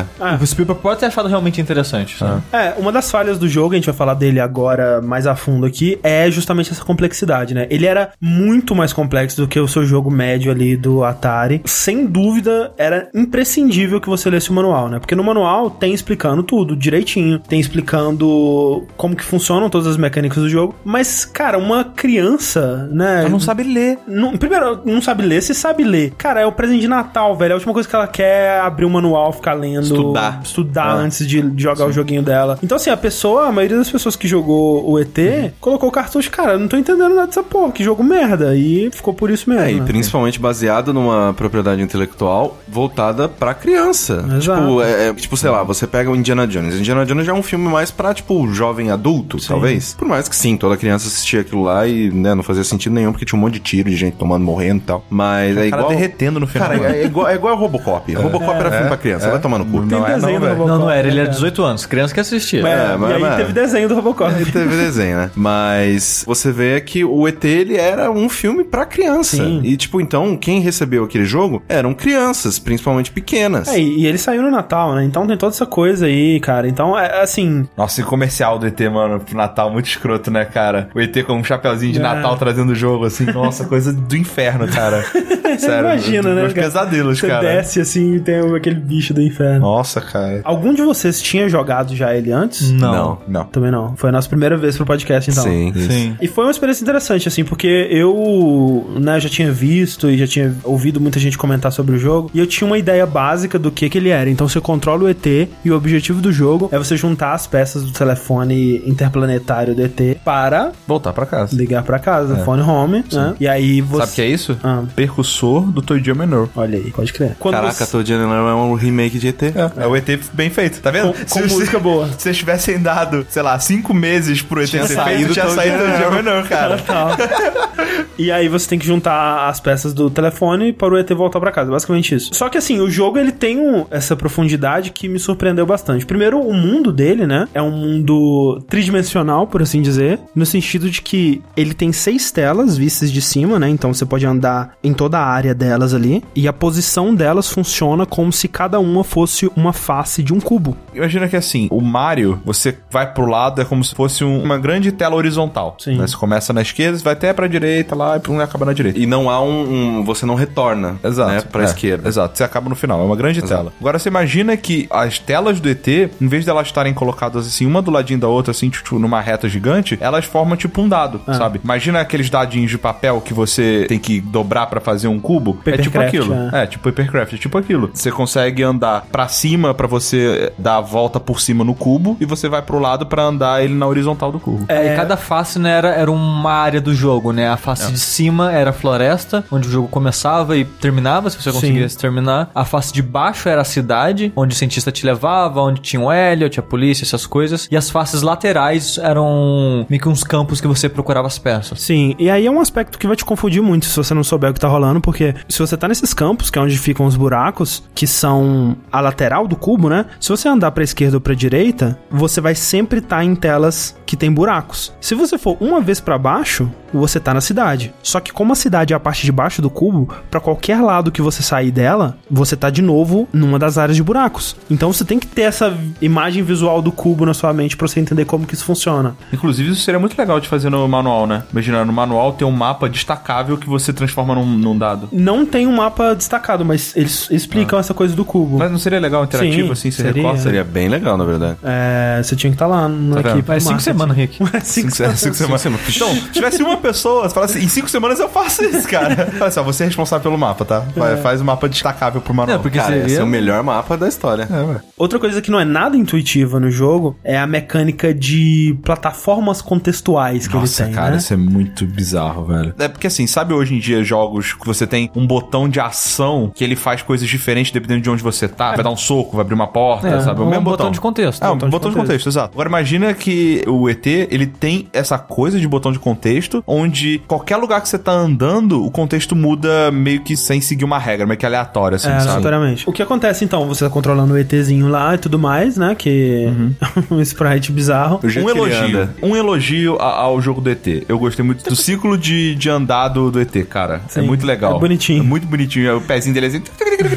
O Spielberg pode ter achado realmente interessante. Uma das falhas do jogo, a gente vai falar dele agora mais a fundo aqui, é justamente essa complexidade, né? Ele era muito mais complexo do que o seu jogo médio ali do Atari. Sem dúvida, era imprescindível que você lesse o manual, né? Porque no manual tem explicando tudo direitinho, tem explicando como que funcionam todas as mecânicas do jogo, mas, cara, uma criança, né? Ela não sabe ler. Primeiro, não sabe ler, se sabe ler. Cara, é o presente de Natal, velho. A última coisa que ela quer é abrir o manual, ficar lendo, estudar antes de jogar o joguinho dela. Então, assim, a maioria das pessoas que jogou o ET, colocou o cartucho, cara, eu não tô entendendo nada dessa porra, que jogo merda. E ficou por isso mesmo. E principalmente baseado numa propriedade intelectual voltada pra criança. Exato. Tipo, sei lá, você pega o Indiana Jones. Indiana Jones já é um filme mais pra, tipo, jovem adulto, talvez. Por mais que sim, toda criança assistia aquilo lá e, né, não fazia sentido nenhum, porque tinha um monte de tiro, de gente morrendo e tal. Mas é igual... derretendo no final. Cara, é igual a Robocop. Robocop era filme pra criança, vai tomar no cu. Não era, ele era 18 anos, criança que assistia. E aí teve desenho do Robocop. Teve desenho, né? Mas você vê que o ET, ele era um filme pra criança. Sim. E, tipo, então, quem recebeu aquele jogo eram crianças, principalmente pequenas. E ele saiu no Natal, né? Então tem toda essa coisa aí, cara. Então, assim... Nossa, e comercial do ET, mano, pro Natal, muito escroto, né, cara? O ET com um chapeuzinho de Natal trazendo o jogo, assim. Nossa, coisa do inferno, cara. Sério. Imagina, né, meus pesadelos, cara. Você desce, assim, e tem aquele bicho do inferno. Nossa, cara. Algum de vocês tinha jogado já ele antes? Não. Também não. Foi a nossa primeira vez pro podcast, então. Sim. E foi uma experiência interessante, assim, porque eu, né, já tinha visto e já tinha ouvido muita gente comentar sobre o jogo, e eu tinha uma ideia básica do que ele era. Então você controla o ET e o objetivo do jogo é você juntar as peças do telefone interplanetário do ET para voltar pra casa. Ligar pra casa, phone home, né? E aí você... Sabe o que é isso? Percussor do Toy Jam Manor. Olha aí, pode crer. Caraca, Toy Jam Manor é um remake de ET. É o ET bem feito, tá vendo? Com música boa. Se vocês tivessem dado, sei lá, 5 meses pro ET ser feito, tinha saído Toy Jam Manor, cara. E aí você tem que juntar as peças do telefone para o ET voltar pra casa, basicamente isso. Só que assim, o jogo ele tem essa profundidade que me surpreendeu bastante. Primeiro, o mundo dele, né, é um mundo tridimensional, por assim dizer, no sentido de que ele tem 6 telas vistas de cima, né, então você pode andar em toda a área delas ali, e a posição delas funciona como se cada uma fosse uma face de um cubo. Imagina que assim, o Mario, você vai pro lado, é como se fosse uma grande tela horizontal. Sim. Né? Você começa na esquerda, você vai até pra direita lá e acaba na direita. E não há você não retorna, né, pra esquerda. Exato, você acaba no final, é uma grande tela. Agora você imagina que as telas do ET, em vez de elas estarem colocadas assim, uma do ladinho da outra, assim, tipo, numa reta gigante, elas formam tipo um dado, sabe? Imagina aqueles dadinhos de papel que você tem que dobrar pra fazer um cubo. Papercraft, é tipo aquilo. É tipo Papercraft, é tipo aquilo. exemplo, você consegue andar pra cima pra você dar a volta por cima no cubo e você vai pro lado pra andar ele na horizontal do cubo. E cada face, né, era uma área do jogo, né? A face de cima era a floresta, onde o jogo começava e terminava, se você conseguisse terminar. A face de baixo era a cidade, onde o cientista te levava, onde tinha o Elliot, a polícia, essas coisas. E as faces laterais eram meio que uns campos que você procurava as peças. Sim, e aí é um aspecto que vai te confundir muito se você não souber o que tá rolando, porque se você tá nesses campos, que é onde ficam os buracos, que são a lateral do cubo, né? Se você andar pra esquerda ou pra direita, você vai sempre estar em telas que tem buracos. Se você for uma vez pra baixo, você tá na cidade. Só que como a cidade é a parte de baixo do cubo, pra qualquer lado que você sair dela, você tá de novo numa das áreas de buracos. Então você tem que ter essa imagem visual do cubo na sua mente pra você entender como que isso funciona. Inclusive, isso seria muito legal de fazer no manual, né? Imagina, no manual tem um mapa destacável que você transforma num dado. Não tem um mapa destacado, mas eles explicam essa coisa do cubo. Mas não seria legal interativo, assim, você recorta? Seria bem legal, na verdade. Você tinha que estar lá na equipe. Faz 5 semanas, Rick. 5 semanas. Então, se tivesse uma pessoa, você fala assim, em 5 semanas eu faço isso, cara. Olha só, você é responsável pelo mapa, tá? Faz o mapa destacável pro manual. Porque cara, seria... esse é o melhor mapa da história. Outra coisa que não é nada intuitiva no jogo é a mecânica de plataformas contextuais que ele tem, cara, né? isso é muito bizarro, velho. É porque assim, sabe hoje em dia jogos que você tem um botão de ação que ele faz coisas diferentes dependendo de onde você tá? Vai dar um soco, vai abrir uma porta, sabe? O mesmo botão de contexto. Um botão de contexto, exato. Agora imagina que o ET, ele tem essa coisa de botão de contexto, onde qualquer lugar que você tá andando, o contexto muda meio que sem seguir uma regra, meio que aleatório, assim, sabe? Aleatoriamente. O que acontece, então? Você tá controlando o ETzinho lá e tudo mais, né? Que um sprite bizarro. Um elogio ao jogo do ET. Eu gostei muito do ciclo de andado do ET, cara. Sim, é muito legal. É bonitinho. É muito bonitinho. O pezinho dele assim...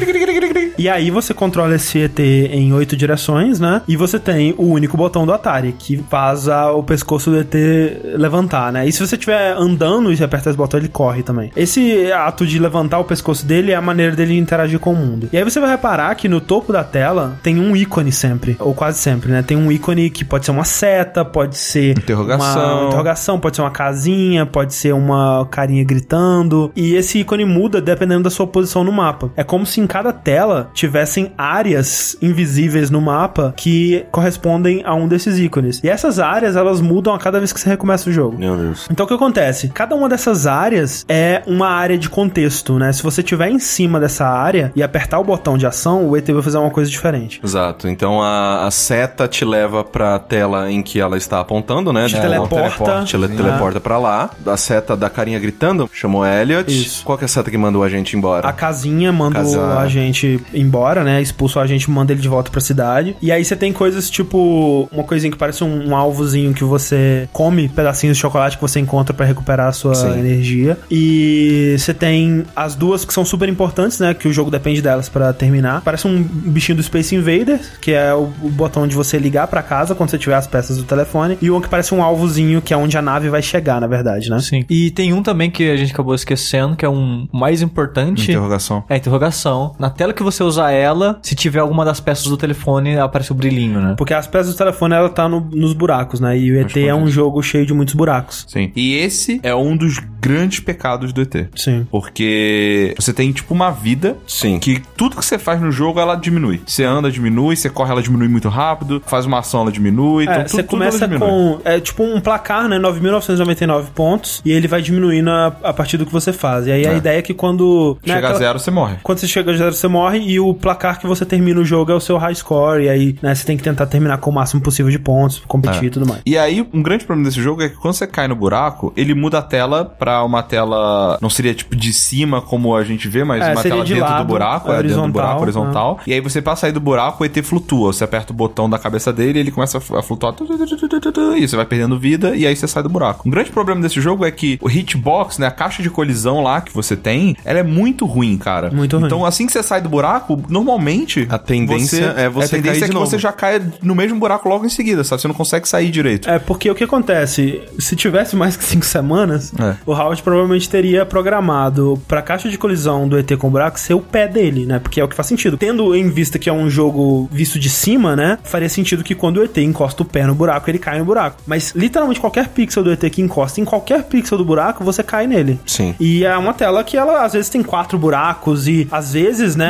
E aí você controla esse ET em 8 direções, né? E você tem o único botão do Atari, que faz o pescoço do ET levantar, né? E se você estiver andando e você aperta esse botão, ele corre também. Esse ato de levantar o pescoço dele é a maneira dele interagir com o mundo. E aí você vai reparar que no topo da tela tem um ícone sempre, ou quase sempre, né? Tem um ícone que pode ser uma seta, pode ser uma interrogação, pode ser uma casinha, pode ser uma carinha gritando. E esse ícone muda dependendo da sua posição no mapa. É como se em cada tela tivessem áreas invisíveis no mapa que correspondem a um desses ícones. E essas áreas, elas mudam a cada vez que você recomeça o jogo. Meu Deus. Então o que acontece? Cada uma dessas áreas é uma área de contexto, né? Se você estiver em cima dessa área e apertar o botão de ação, o ET vai fazer uma coisa diferente. Exato. Então a seta te leva pra tela em que ela está apontando, né? Te teleporta. Te teleporta pra lá. A seta da carinha gritando chamou Elliot. Isso. Qual que é a seta que mandou a gente embora? A casinha manda a gente embora, né? Expulsa a gente, manda ele de volta pra cidade. E aí você tem coisas tipo uma coisinha que parece um alvozinho que você come, pedacinhos de chocolate que você encontra pra recuperar a sua energia. E você tem as duas que são super importantes, né? Que o jogo depende delas pra terminar. Parece um bichinho do Space Invaders, que é o botão de você ligar pra casa quando você tiver as peças do telefone. E um que parece um alvozinho, que é onde a nave vai chegar, na verdade, né? Sim. E tem um também que a gente acabou esquecendo, que é um mais importante. Interrogação. É, interrogação. Na tela que você usar ela, se tiver alguma das peças do telefone, aparece o brilhinho, né? Porque as peças do telefone, ela tá nos buracos, né? E o ET é um jogo cheio de muitos buracos. Sim. E esse é um dos grandes pecados do ET. Sim. Porque você tem, tipo, uma vida que tudo que você faz no jogo, ela diminui. Você anda, diminui, você corre, ela diminui muito rápido, faz uma ação, ela diminui. Então, você começa com... É tipo um placar, né? 9.999 pontos. E ele vai diminuindo a partir do que você faz. E aí a ideia é que quando... Chega a zero, você morre. Quando você chega a zero, você morre. E o placar que você termina o jogo é o seu high score. E aí, né, você tem que tentar terminar com o máximo possível de pontos, competir e tudo mais. E aí, um grande problema desse jogo é que quando você cai no buraco, ele muda a tela pra uma tela... Não seria tipo de cima, como a gente vê, mas uma tela dentro do buraco. Dentro do buraco, horizontal. E aí você, pra sair do buraco, o ET flutua. Você aperta o botão da cabeça dele e ele começa a flutuar. E você vai perdendo vida e aí você sai do buraco. Um grande problema desse jogo é que o hitbox, né, a caixa de colisão lá que você tem, ela é muito ruim, cara. Muito ruim. Então, assim que você sai do buraco, normalmente... A tendência é você cair de novo. Você já cai no mesmo buraco logo em seguida, sabe? Você não consegue sair direito. É, porque o que acontece? Se tivesse mais que 5 semanas, o Howard provavelmente teria programado pra caixa de colisão do ET com o buraco ser o pé dele, né? Porque é o que faz sentido. Tendo em vista que é um jogo visto de cima, né? Faria sentido que quando o ET encosta o pé no buraco, ele cai no buraco. Mas, literalmente, qualquer pixel do ET que encosta em qualquer pixel do buraco, você cai nele. Sim. E é uma tela que ela, às vezes, tem 4 buracos e, às vezes, né? Não, tem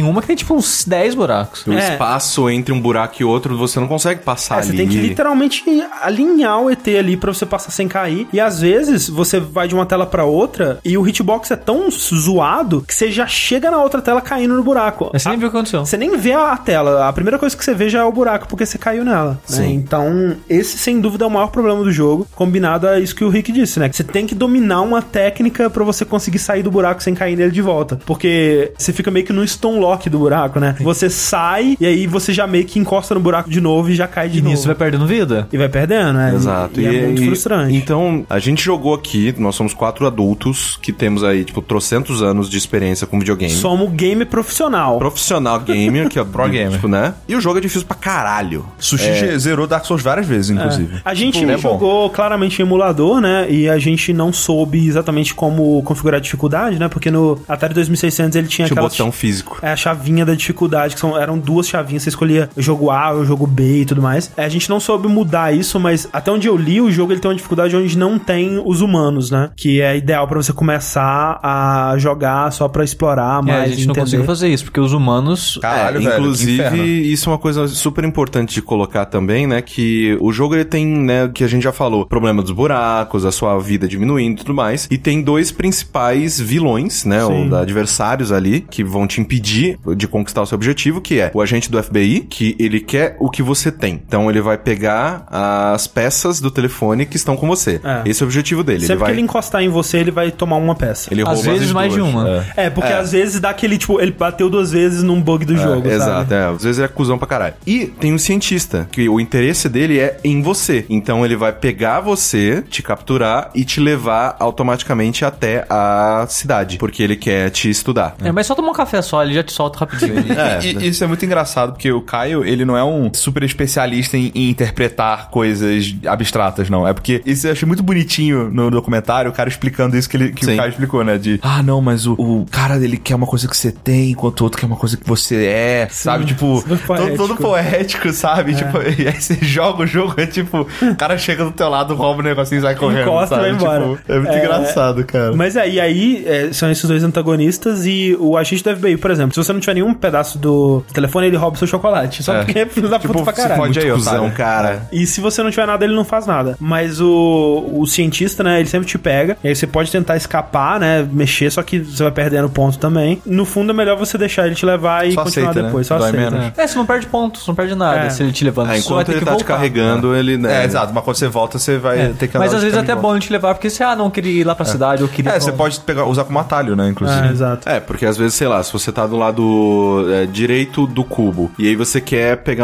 uma que tem tipo uns 10 buracos. O espaço entre um buraco e outro, você não consegue passar ali. Você tem que literalmente alinhar o ET ali pra você passar sem cair. E às vezes você vai de uma tela pra outra e o hitbox é tão zoado que você já chega na outra tela caindo no buraco. Mas você nem viu o que aconteceu. Você nem vê a tela. A primeira coisa que você vê já é o buraco, porque você caiu nela. Né? Então, esse sem dúvida é o maior problema do jogo, combinado a isso que o Rick disse, né? Você tem que dominar uma técnica pra você conseguir sair do buraco sem cair nele de volta. Porque você fica meio que no stone lock do buraco, né? Você sai e aí você já meio que encosta no buraco de novo e já cai de novo. E nisso vai perdendo vida. E vai perdendo, né? Exato. E é muito frustrante. Então, a gente jogou aqui, nós somos 4 adultos que temos aí, tipo, trocentos anos de experiência com videogame. Somos game profissional. Profissional gamer, que é Pro gamer. tipo, né? E o jogo é difícil pra caralho. Sushi zerou Dark Souls várias vezes, inclusive. A gente jogou claramente em emulador, né? E a gente não soube exatamente como configurar a dificuldade, né? Porque no Atari 2600 ele tinha aquela... botão físico. A chavinha da dificuldade, que eram 2 chavinhas. Você escolhia o jogo A ou o jogo B e tudo mais. A gente não soube mudar isso, mas até onde eu li, o jogo ele tem uma dificuldade onde não tem os humanos, né? Que é ideal pra você começar a jogar só pra explorar mais. A gente não conseguiu fazer isso, porque os humanos... Caralho, velho, inclusive, isso é uma coisa super importante de colocar também, né? Que o jogo ele tem, né? Que a gente já falou, problema dos buracos, a sua vida diminuindo e tudo mais. E tem 2 principais vilões, né? Ou adversários ali, que vão te impedir de conquistar o seu objetivo, que é o agente do FBI, que ele quer o que você tem. Então ele vai pegar as peças do telefone que estão com você. Esse é o objetivo dele. Sempre que ele encostar em você, ele vai tomar uma peça. Ele rouba às vezes mais de uma. Porque às vezes dá aquele, tipo, ele bateu 2 vezes num bug do jogo, sabe? Exato, às vezes é cuzão pra caralho. E tem um cientista, que o interesse dele é em você. Então ele vai pegar você, te capturar e te levar automaticamente até a cidade, porque ele quer te estudar. Mas só tomar um café só, ele já te solta rapidinho. E isso é muito engraçado, porque o Caio, ele não é um super especialista em interpretar coisas abstratas, não. É porque isso eu achei muito bonitinho no documentário, o cara explicando isso que o Caio explicou, né? De, não, mas o cara, ele quer uma coisa que você tem, enquanto o outro quer uma coisa que você é, sabe? Tipo, todo poético, sabe? Tipo, e aí você joga o jogo, é tipo, o cara chega do teu lado, rouba o negocinho e sai correndo, encosta, sabe? vai embora. Tipo, é muito engraçado, cara. Mas e aí são esses 2 antagonistas e o agente do FBI, por exemplo, se você não tiver nenhum pedaço do telefone, ele rouba o seu chocolate. Só porque é filho da puta pra caralho. Pode aí, cuzão, cara. E se você não tiver nada, ele não faz nada. Mas o cientista, né, ele sempre te pega. E aí você pode tentar escapar, né, mexer, só que você vai perdendo ponto também. No fundo, é melhor você deixar ele te levar e só continuar aceita, depois. Né? Só Dói aceita. menos. Você não perde pontos, não perde nada. Se ele te levando enquanto ele tá te carregando, ele... Né, exato. Mas quando você volta, você vai ter que andar. Mas às vezes é até bom ele te levar, porque você, não queria ir lá pra cidade, eu queria... você pode usar como atalho, né, inclusive. Exato. Porque às vezes, sei lá, se você tá do lado direito do cubo, e aí você quer pegar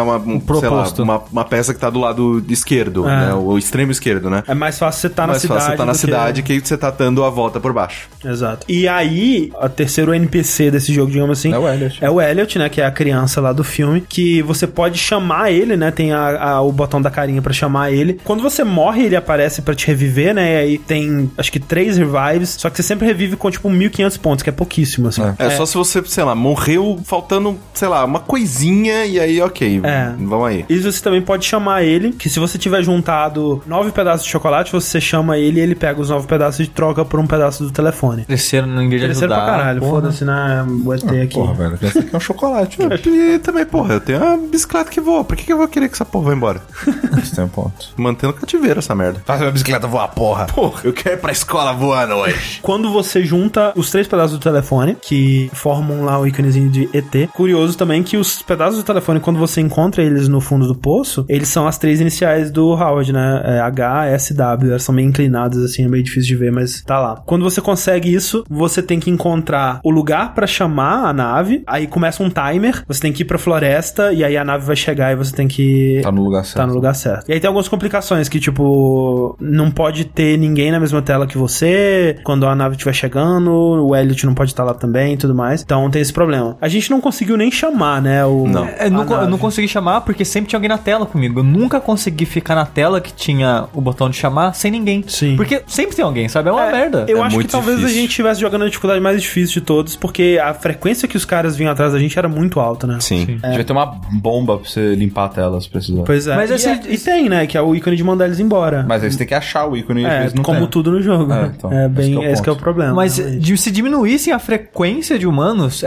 uma peça que tá do lado esquerdo, né, o extremo esquerdo, né? É mais fácil você tá na cidade. Mais fácil você tá na cidade que você tá dando a volta por baixo. Exato. E aí, o terceiro NPC desse jogo, digamos assim... É o Elliot, né, que é a criança lá do filme, que você pode chamar ele, né, tem o botão da carinha pra chamar ele. Quando você morre, ele aparece pra te reviver, né, e aí tem, acho que 3 revives, só que você sempre revive com, tipo, 1.500 pontos, que é pouquíssimo, assim. Só se você, sei lá, morreu faltando, sei lá, uma coisinha, e aí, ok, vamos aí. E você também pode chamar ele, que se você tiver juntado 9 pedaços de chocolate, você chama ele e ele pega os 9 pedaços e troca por um pedaço do telefone. Terceiro, não engana Terceiro pra caralho, foda-se, né, o ET aqui. Porra, velho, pensa que é um chocolate. E também, porra, eu tenho uma bicicleta que voa, por que eu vou querer que essa porra vá embora? Isso tem um ponto. Mantendo cativeiro essa merda. Faz minha bicicleta voar, porra. Porra, eu quero ir pra escola voando hoje. Quando você junta os 3 pedaços do telefone, que formam lá o íconezinho de ET, curioso também que os pedaços do telefone, quando você encontra eles no fundo do poço, eles são as 3 iniciais do Howard, né? H, S, W. Elas são meio inclinadas, assim, é meio difícil de ver, mas tá lá. Quando você consegue isso, você tem que encontrar o lugar pra chamar a nave, aí começa um timer, você tem que ir pra floresta, e aí a nave vai chegar e você tem que... Tá no lugar certo. Tá no lugar certo. E aí tem algumas complicações, que tipo, não pode ter ninguém na mesma tela que você, quando a nave estiver chegando, o Elliot não pode estar lá também e tudo mais. Então tem esse problema. A gente não conseguiu nem chamar, né? Eu não consegui chamar porque sempre tinha alguém na tela comigo. Eu nunca consegui ficar na tela que tinha o botão de chamar sem ninguém. Sim. Porque sempre tem alguém, sabe? É uma merda. Eu acho que talvez a gente estivesse jogando a dificuldade mais difícil de todos, porque a frequência que os caras vinham atrás da gente era muito alta, né? Sim. Devia ter uma bomba pra você limpar a tela se precisar. Pois é. Mas e tem, né? Que é o ícone de mandar eles embora. Mas aí você tem que achar o ícone e eles não como tem. tudo no jogo. Então, esse que é o problema. Mas se diminuíssem a frequência de humanos, era de boa.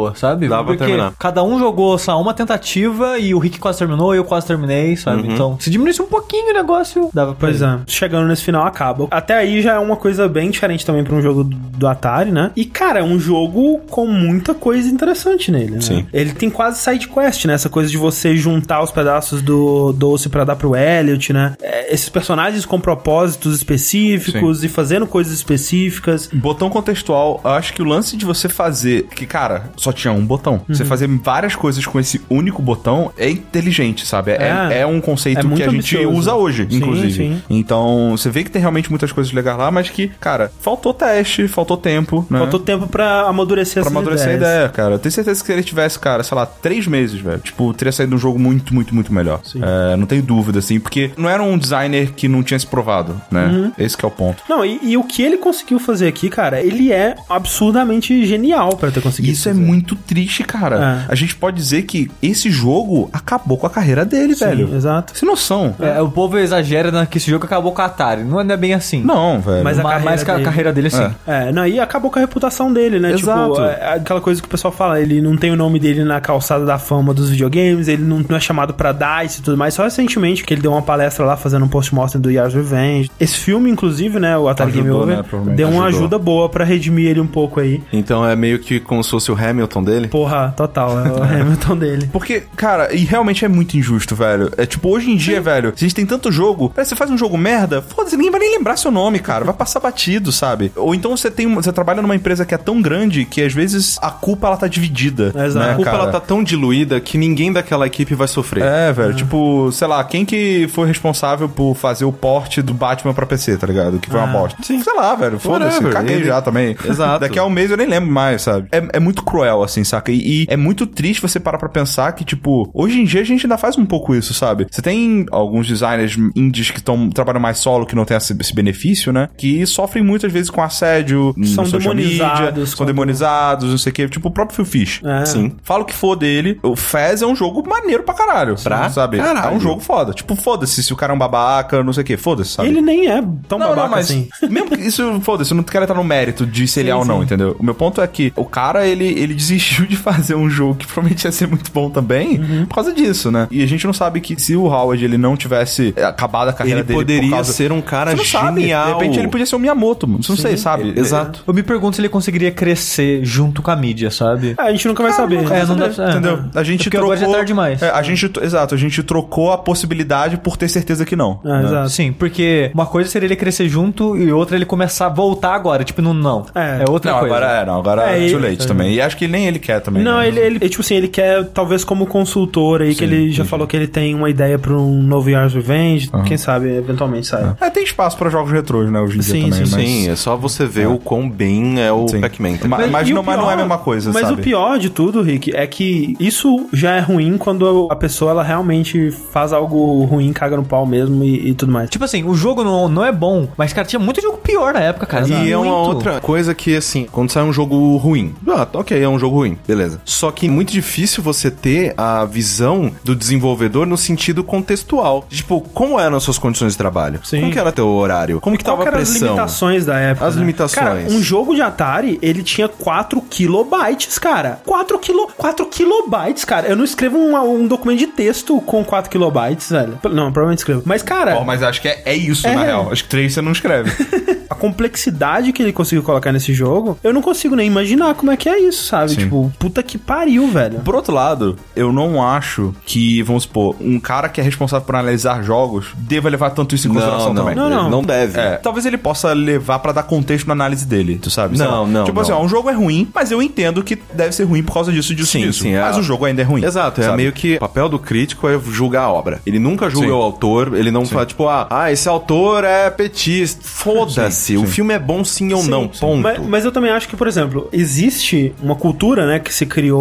boa, sabe? Dá pra terminar. Cada um jogou só uma tentativa e o Rick quase terminou e eu quase terminei, sabe? Então, se diminuísse um pouquinho o negócio, dava pra Pois é. Chegando nesse final, acaba. Até aí já é uma coisa bem diferente também pra um jogo do Atari, né? E, cara, é um jogo com muita coisa interessante nele, né? Sim. Ele tem quase side quest, né? Essa coisa de você juntar os pedaços do doce pra dar pro Elliot, né? Esses personagens com propósitos específicos e fazendo coisas específicas. Botão contextual, eu acho que o lance de você fazer... Que, cara, só tinha um botão. Você fazer várias coisas com esse único botão é inteligente, sabe? É um conceito que a gente ambicioso. usa hoje, Sim, inclusive. sim. Então, você vê que tem realmente muitas coisas legais lá, mas que, cara, faltou teste, faltou tempo, né? Faltou tempo pra amadurecer Pra amadurecer a ideia, cara. Eu tenho certeza que se ele tivesse, cara, sei lá, 3 meses, velho, tipo, teria saído um jogo muito, muito, muito melhor. Não tenho dúvida, assim, porque não era um designer que não tinha se provado, né? Esse que é o ponto. Não, e o que ele conseguiu fazer aqui, cara, ele é absurdamente genial pra ter conseguido Isso é muito triste, cara. A gente pode dizer que esse jogo acabou com a carreira dele, velho. Exato. Sem noção. O povo exagera que esse jogo acabou com a Atari. Não é bem assim. Não, velho. Mas A carreira dele, sim. E acabou com a reputação dele, né? Exato. Tipo, aquela coisa que o pessoal fala, ele não tem o nome dele na calçada da fama dos videogames, ele não é chamado pra DICE e tudo mais. Só recentemente que ele deu uma palestra lá fazendo um post-mortem do Yars Revenge. Esse filme, inclusive, né, o Atari Game Over, deu uma ajuda boa pra redimir ele um pouco aí. Então é meio que como se fosse o Hamilton dele? Porra, total, é o Hamilton dele. Porque, cara, e realmente é muito injusto, velho. É tipo, hoje em dia, velho, se a gente tem tanto jogo, você faz um jogo merda, foda-se, ninguém vai nem lembrar seu nome, cara. Vai passar batido, sabe? Ou então você trabalha numa empresa que é tão grande que às vezes a culpa ela tá dividida. Exato. Né, A culpa cara? ela tá tão diluída que ninguém daquela equipe vai sofrer. Velho, tipo, sei lá, quem que foi responsável por fazer o port do Batman pra PC, tá ligado? Que foi uma bosta. Sim. Sei lá, velho, foda-se, Whatever. caguei já também. Exato. Daqui a um mês eu nem lembro mais, sabe? É muito cruel, assim, saca? E é muito triste você parar pra pensar que, tipo, hoje em dia a gente ainda faz um pouco isso, sabe? Você tem alguns designers indies que trabalham mais solo, que não tem esse benefício, né? Que sofrem muitas vezes com assédio, São no social demonizados media, são demonizados, não sei o que. Tipo, o próprio Phil Fish. Sim. Fala o que for dele, o Fez é um jogo maneiro pra caralho. Sabe? caralho. É um jogo foda. Tipo, foda-se se o cara é um babaca, não sei o que. Foda-se, sabe? Ele nem é tão babaca mas assim. mesmo que isso, foda-se, eu não quero entrar no mérito de se ele é ou não, entendeu? O meu ponto é que o cara, ele desistiu de fazer um jogo que provavelmente ia ser muito bom também por causa disso, né? E a gente não sabe que se o Howard, ele não tivesse acabado a carreira Ele dele poderia por causa... ser um cara Você não sabe. genial. De repente ele podia ser o Miyamoto, mano. Você não sei, sabe? Exato. Eu me pergunto se ele conseguiria crescer junto com a mídia, sabe? A gente nunca vai saber. Não dá Entendeu? A gente porque trocou... agora já é tarde demais. Exato, a gente trocou a possibilidade por ter certeza que não. Exato. Sim, porque uma coisa seria ele crescer junto e outra ele começar a voltar agora. Tipo, não. É outra Não, coisa. agora é too late também. E acho que nem ele quer também. Não, né? ele, tipo assim, ele quer, talvez como consultor aí, que ele já falou que ele tem uma ideia pra um novo Yars Revenge. Quem sabe, eventualmente sai. Tem espaço pra jogos retrôs, né, hoje em dia Sim, também. sim, mas... Sim, é só você ver o quão bem é o Pac-Man. Mas e não o pior- é a mesma coisa, mas sabe? o pior de tudo, Rick, é que isso já é ruim quando a pessoa, ela realmente faz algo ruim, caga no pau mesmo e tudo mais. Tipo assim, o jogo não é bom, mas, cara, tinha muito jogo pior na época, cara. E é uma Muito. outra coisa que, assim, quando sai um jogo ruim, ok, é um jogo ruim, beleza. Só que é muito difícil você ter a visão do desenvolvedor no sentido contextual. Tipo, como eram as suas condições de trabalho? Sim. Como que era teu horário? Como que Qual tava a que eram as pressão? limitações da época? As né? limitações. Cara, um jogo de Atari, ele tinha 4 kilobytes, cara. 4 kilobytes, cara. Eu não escrevo um documento de texto com 4 kilobytes, velho. Não, provavelmente escrevo. Mas, cara... Mas acho que é isso, na real. Acho que 3 você não escreve. A complexidade que ele conseguiu colocar nesse jogo, eu não consigo nem imaginar como é que é isso, sabe? Sim. Tipo, puta que pariu, velho. Por outro lado, eu não acho que, vamos supor, um cara que é responsável por analisar jogos deva levar tanto isso em consideração também. Não deve. Talvez ele possa levar pra dar contexto na análise dele, tu sabe? Não, não, Tipo não. assim, ó, um jogo é ruim, mas eu entendo que deve ser ruim por causa disso, disso, Sim, disso. sim, Mas o jogo ainda é ruim. Exato, é sabe? meio que o papel do crítico é julgar a obra. Ele nunca julga Sim. o autor, ele não fala, tipo, esse autor é petista. Foda-se, Sim, o sim. filme é bom sim ou não, ponto. Mas eu também acho que, por exemplo, existe uma cultura, né, que se criou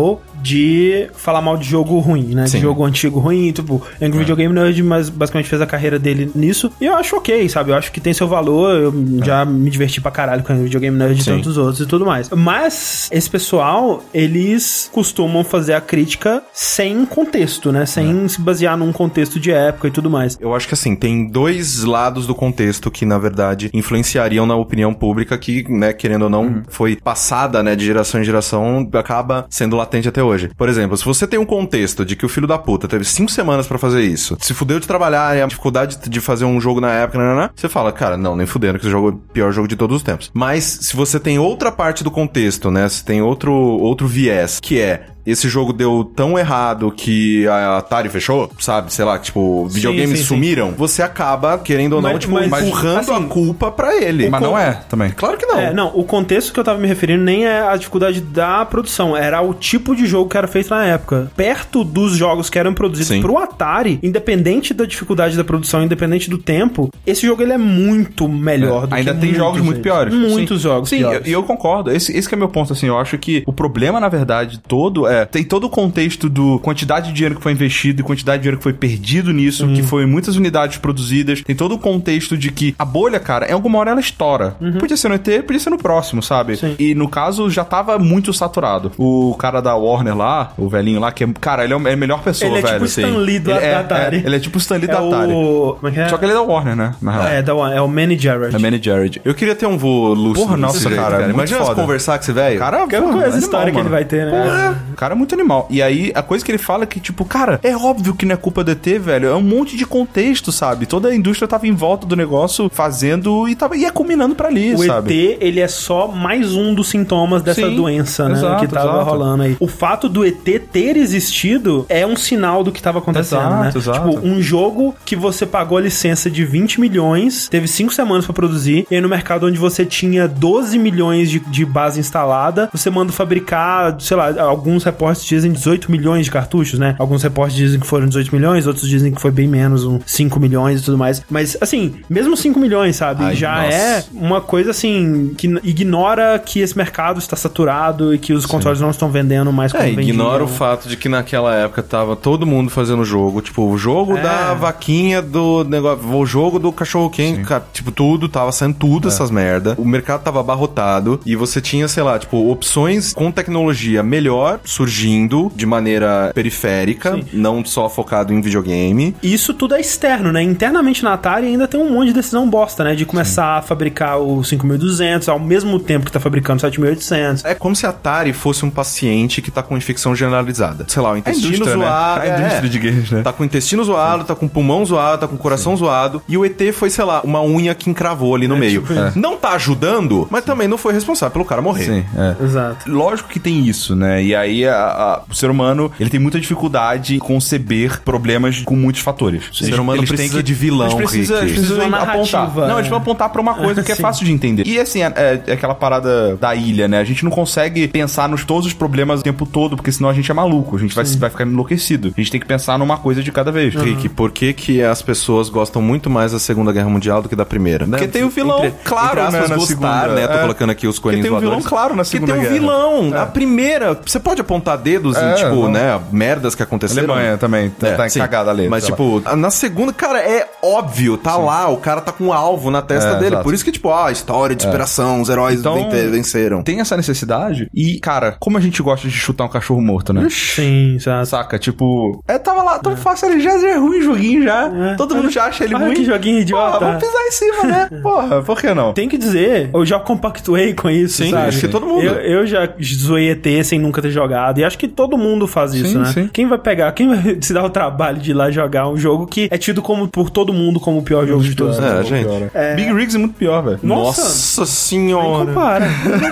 de falar mal de jogo ruim, né? Sim. De jogo antigo ruim, tipo, Angry Video Game Nerd, mas basicamente fez a carreira dele nisso. E eu acho ok, sabe? Eu acho que tem seu valor. Eu já me diverti pra caralho com Angry Video Game Nerd e tantos outros e tudo mais. Mas esse pessoal, eles costumam fazer a crítica sem contexto, né? Sem se basear num contexto de época e tudo mais. Eu acho que assim, tem dois lados do contexto que, na verdade, influenciariam na opinião pública que, né, querendo ou não, foi passada, né, de geração em geração, acaba sendo latente até hoje. Por exemplo, se você tem um contexto de que o filho da puta teve 5 semanas pra fazer isso, se fudeu de trabalhar e a dificuldade de fazer um jogo na época, você fala, cara, não, nem fudendo, que esse jogo é o pior jogo de todos os tempos. Mas, se você tem outra parte do contexto, né, se tem outro viés, que é esse jogo deu tão errado que a Atari fechou, sabe? Sei lá, tipo, videogames sumiram. Você acaba, querendo ou não, empurrando assim, a culpa pra ele. Mas não é, também. Claro que não. Não, o contexto que eu tava me referindo nem é a dificuldade da produção, era o tipo de jogo que era feito na época. Perto dos jogos que eram produzidos pro Atari, independente da dificuldade da produção, independente do tempo, esse jogo ele é muito melhor do ainda que tem jogos muito piores. Muitos jogos piores. Sim, e eu concordo. Esse que é meu ponto, assim. Eu acho que o problema, na verdade, todo tem todo o contexto do quantidade de dinheiro que foi investido e quantidade de dinheiro que foi perdido nisso, que foi muitas unidades produzidas. Tem todo o contexto de que a bolha, cara, em alguma hora ela estoura. Podia ser no ET, podia ser no próximo, sabe? Sim. E no caso, já tava muito saturado. O cara da Warner lá, o velhinho lá, que é, cara, ele é a melhor pessoa, ele é velho. Tipo Stan Lee da Atari. Ele é tipo o Stan Lee da Atari. Como é que é? Só que ele é da Warner, né? É o Manny Jarrett. É Manny Jarrett. Eu queria ter um voo lúcido. Porra, nossa, cara. Imagina se conversar com esse velho. Cara, Quero conhecer a história que ele vai ter, né? Porra, o cara é muito animal. E aí, a coisa que ele fala é que, tipo, cara, é óbvio que não é culpa do ET, velho. É um monte de contexto, sabe? Toda a indústria tava em volta do negócio, fazendo e ia culminando pra ali, sabe? O ET, ele é só mais um dos sintomas dessa doença, né? Que tava rolando aí. O fato do ET ter existido é um sinal do que tava acontecendo, né? Exato. Tipo, um jogo que você pagou a licença de 20 milhões, teve 5 semanas pra produzir, e aí no mercado onde você tinha 12 milhões de base instalada, você manda fabricar, sei lá, alguns repórteres dizem 18 milhões de cartuchos, né? Alguns repórteres dizem que foram 18 milhões, outros dizem que foi bem menos, 5 milhões e tudo mais. Mas, assim, mesmo 5 milhões, sabe? É uma coisa, assim, que ignora que esse mercado está saturado e que os consoles não estão vendendo mais como vendiam. Ignora o fato de que naquela época tava todo mundo fazendo jogo, tipo, o jogo da vaquinha do negócio, o jogo do cachorro-quente, tipo, tudo, tava saindo tudo essas merda. O mercado tava abarrotado e você tinha, sei lá, tipo, opções com tecnologia melhor surgindo de maneira periférica, não só focado em videogame. Isso tudo é externo, né? Internamente na Atari ainda tem um monte de decisão bosta, né? De começar a fabricar o 5200 ao mesmo tempo que tá fabricando o 7800. É como se a Atari fosse um paciente que tá com infecção generalizada. Sei lá, o intestino zoado. Né? A indústria de games, né? Tá com o intestino zoado, tá com o pulmão zoado, tá com o coração zoado. E o ET foi, sei lá, uma unha que encravou ali no meio. Não tá ajudando, mas também não foi responsável pelo cara morrer. Sim, Exato. Lógico que tem isso, né? E aí o ser humano, ele tem muita dificuldade em conceber problemas com muitos fatores. O ser humano precisa de vilão, Eles precisam apontar. Não, eles vão apontar pra uma coisa que é fácil de entender. E assim, é aquela parada da ilha, né? A gente não consegue pensar nos todos os problemas o tempo todo, porque senão a gente é maluco. A gente vai ficar enlouquecido. A gente tem que pensar numa coisa de cada vez. Rick, por que as pessoas gostam muito mais da Segunda Guerra Mundial do que da Primeira? Porque tem o vilão claro, entre aspas, né, gostar, né? Tô colocando aqui os coelhinhos voadores. Tem um vilão claro na Segunda Guerra. Porque tem um vilão. Na Primeira, você pode apontar dedos em, tipo, né, merdas que aconteceram. A Alemanha também tá cagada ali. Mas, tipo, na Segunda, cara, é óbvio, tá lá, o cara tá com um alvo na testa dele. Exato. Por isso que, tipo, história de superação, os heróis venceram. Tem essa necessidade e, cara, como a gente gosta de chutar um cachorro morto, né? Sim, exato. Saca? Tipo, tava lá, tão fácil, ele já é ruim o joguinho já. Todo mundo já acha ele ruim. Que joguinho idiota. Porra, vamos pisar em cima, né? Porra, por que não? Tem que dizer, eu já compactuei com isso, sabe? Acho que todo mundo. Eu já zoei ET sem nunca ter jogado, e acho que todo mundo faz isso, né? Sim. Quem vai se dar o trabalho de ir lá jogar um jogo que é tido por todo mundo como o pior jogo de todos? Gente. Big Rigs é muito pior, velho. Nossa senhora. Nem compara.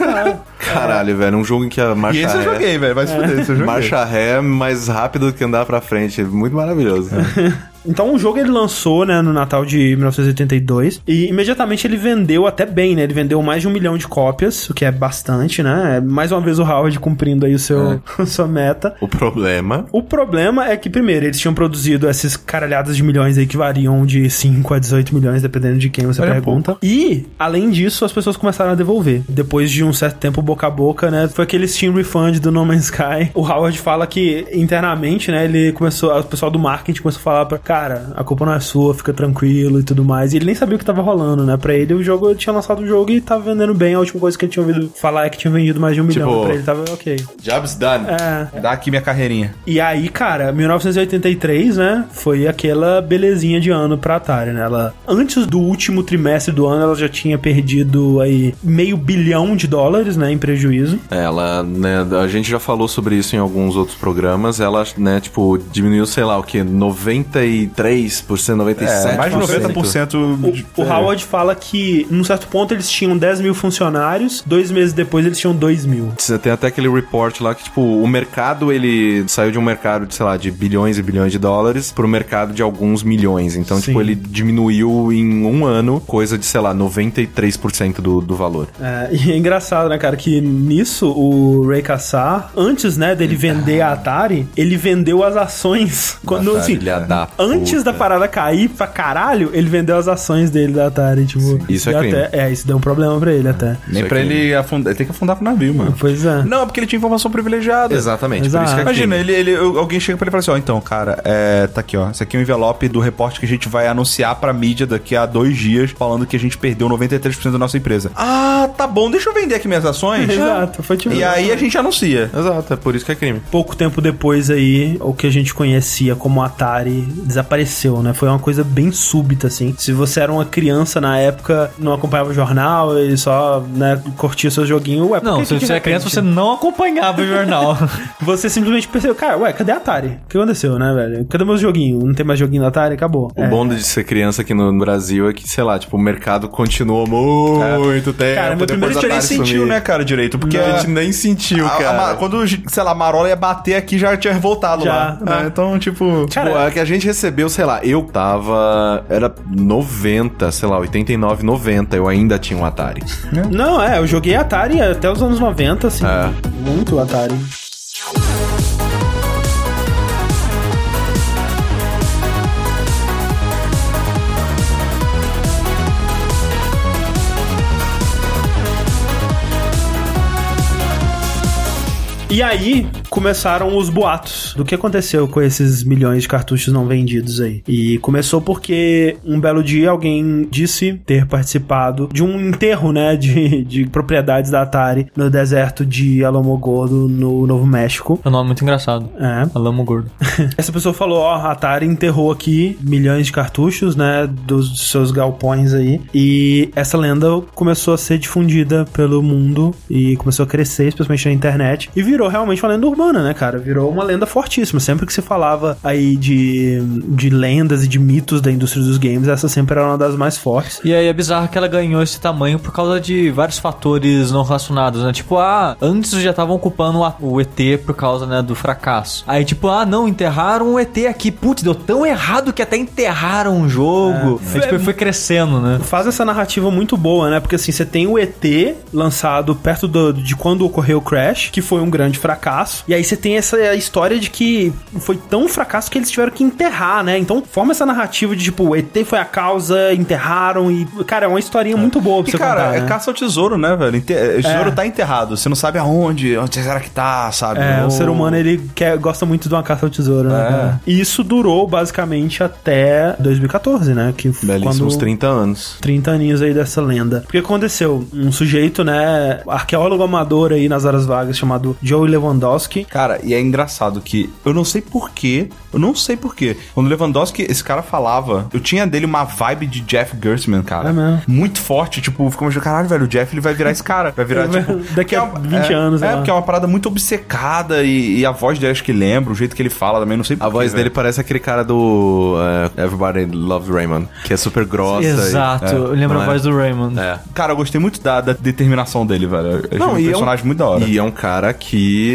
Caralho, velho, um jogo em que a marcha ré... E esse eu joguei, velho, vai se fuder, esse eu joguei. Marcha ré é mais rápido do que andar pra frente, muito maravilhoso. Então o jogo ele lançou, né, no Natal de 1982 e imediatamente ele vendeu até bem, né? Ele vendeu mais de 1 milhão de cópias, o que é bastante, né? Mais uma vez o Howard cumprindo aí sua meta. O problema é que, primeiro, eles tinham produzido essas caralhadas de milhões aí que variam de 5 a 18 milhões, dependendo de quem você pergunta. E, além disso, as pessoas começaram a devolver. Depois de um certo tempo, o boca a boca, né? Foi aquele Steam Refund do No Man's Sky. O Howard fala que internamente, né, o pessoal do marketing começou a falar pra, cara, a culpa não é sua, fica tranquilo e tudo mais. E ele nem sabia o que tava rolando, né? Pra ele, ele tinha lançado o jogo e tava vendendo bem. A última coisa que ele tinha ouvido falar é que tinha vendido mais de 1 milhão. Pra ele tava ok. Job's done. Dá aqui minha carreirinha. E aí, cara, 1983, né, foi aquela belezinha de ano pra Atari, né? Antes do último trimestre do ano, ela já tinha perdido aí $500 bilhão, né, em prejuízo. Ela, né, a gente já falou sobre isso em alguns outros programas, ela, né, tipo, diminuiu, sei lá, o que, 93%, 97%. Mais de 90%. O Howard fala que, num certo ponto, eles tinham 10 mil funcionários, 2 meses depois eles tinham 2 mil. Tem até aquele report lá que, tipo, o mercado, ele saiu de um mercado de, sei lá, de bilhões e bilhões de dólares pro mercado de alguns milhões. Então, tipo, ele diminuiu em um ano coisa de, sei lá, 93% do valor. E é engraçado, né, cara, que nisso o Ray Kassar, antes, né, dele vender a Atari, ele vendeu as ações. Quando, assim, antes da parada cair pra caralho, ele vendeu as ações dele da Atari, tipo... Isso é crime. Isso deu um problema pra ele até. Nem pra ele afundar, ele tem que afundar pro navio, mano. Pois é. Não, porque ele tinha informação privilegiada. Exatamente, Exato. por isso que é Imagina, alguém chega pra ele e fala assim, então, cara, tá aqui, ó, esse aqui é um envelope do repórter que a gente vai anunciar pra mídia daqui a 2 dias, falando que a gente perdeu 93% da nossa empresa. Ah, tá bom, deixa eu vender aqui minhas ações. Exato, foi tipo... E aí a gente anuncia. Exato, é por isso que é crime. Pouco tempo depois aí, o que a gente conhecia como Atari desapareceu, né? Foi uma coisa bem súbita, assim. Se você era uma criança na época, não acompanhava o jornal e só, né, curtia seu joguinho, não, se você era criança, você não acompanhava o jornal. Você simplesmente percebeu, cara, cadê a Atari? O que aconteceu, né, velho? Cadê meus joguinhos? Não tem mais joguinho da Atari? Acabou. O bom de ser criança aqui no Brasil é que, sei lá, tipo, o mercado continuou muito tempo. Cara, meu primeiro a gente nem sentiu, né, cara, direito? Porque a gente nem sentiu, cara. Quando, sei lá, a Marola ia bater aqui, já tinha voltado lá. Né? Então, tipo... Cara, que a gente recebeu, sei lá, eu tava... Era 90, sei lá, 89, 90, eu ainda tinha um Atari. Não, eu joguei Atari até os anos 90, assim. Muito Atari. E aí, começaram os boatos do que aconteceu com esses milhões de cartuchos não vendidos aí. E começou porque um belo dia alguém disse ter participado de um enterro, né, de propriedades da Atari no deserto de Alamogordo, no Novo México. É um nome muito engraçado. Alamogordo. Essa pessoa falou, a Atari enterrou aqui milhões de cartuchos, né, dos seus galpões aí. E essa lenda começou a ser difundida pelo mundo e começou a crescer, especialmente na internet, e virou realmente uma lenda urbana, né, cara? Virou uma lenda fortíssima. Sempre que se falava aí de lendas e de mitos da indústria dos games, essa sempre era uma das mais fortes. E aí é bizarro que ela ganhou esse tamanho por causa de vários fatores não relacionados, né? Tipo, antes já estavam ocupando o ET por causa, né, do fracasso. Aí, tipo, não, enterraram o ET aqui. Putz, deu tão errado que até enterraram um jogo. Aí, tipo, foi crescendo, né? Faz essa narrativa muito boa, né? Porque, assim, você tem o ET lançado perto de quando ocorreu o Crash, que foi um grande fracasso. E aí você tem essa história de que foi tão fracasso que eles tiveram que enterrar, né? Então forma essa narrativa de tipo, o ET foi a causa, enterraram e... Cara, é uma historinha muito boa pra você contar, cara, né? Caça ao tesouro, né, velho? O tesouro tá enterrado. Você não sabe onde será que tá, sabe? O ser humano, ele gosta muito de uma caça ao tesouro, né? E isso durou basicamente até 2014, né? Que belíssimos 30 anos. 30 aninhos aí dessa lenda. Porque aconteceu? Um sujeito, né, arqueólogo amador aí nas horas vagas, chamado Joe Lewandowski. Cara, e é engraçado que eu não sei porquê. Quando o Lewandowski, esse cara falava, eu tinha dele uma vibe de Jeff Gerstmann, cara. É mesmo. Muito forte, tipo, ficou imaginando, caralho, velho, o Jeff, ele vai virar esse cara. Vai virar, tipo... Daqui a 20 anos, né? Porque é uma parada muito obcecada e a voz dele, acho que lembra, o jeito que ele fala também, não sei porquê. A voz dele parece aquele cara do Everybody Loves Raymond, que é super grossa. Exato, lembra a voz do Raymond. Cara, eu gostei muito da determinação dele, velho. Eu achei um personagem muito da hora. E é um cara que, se tiver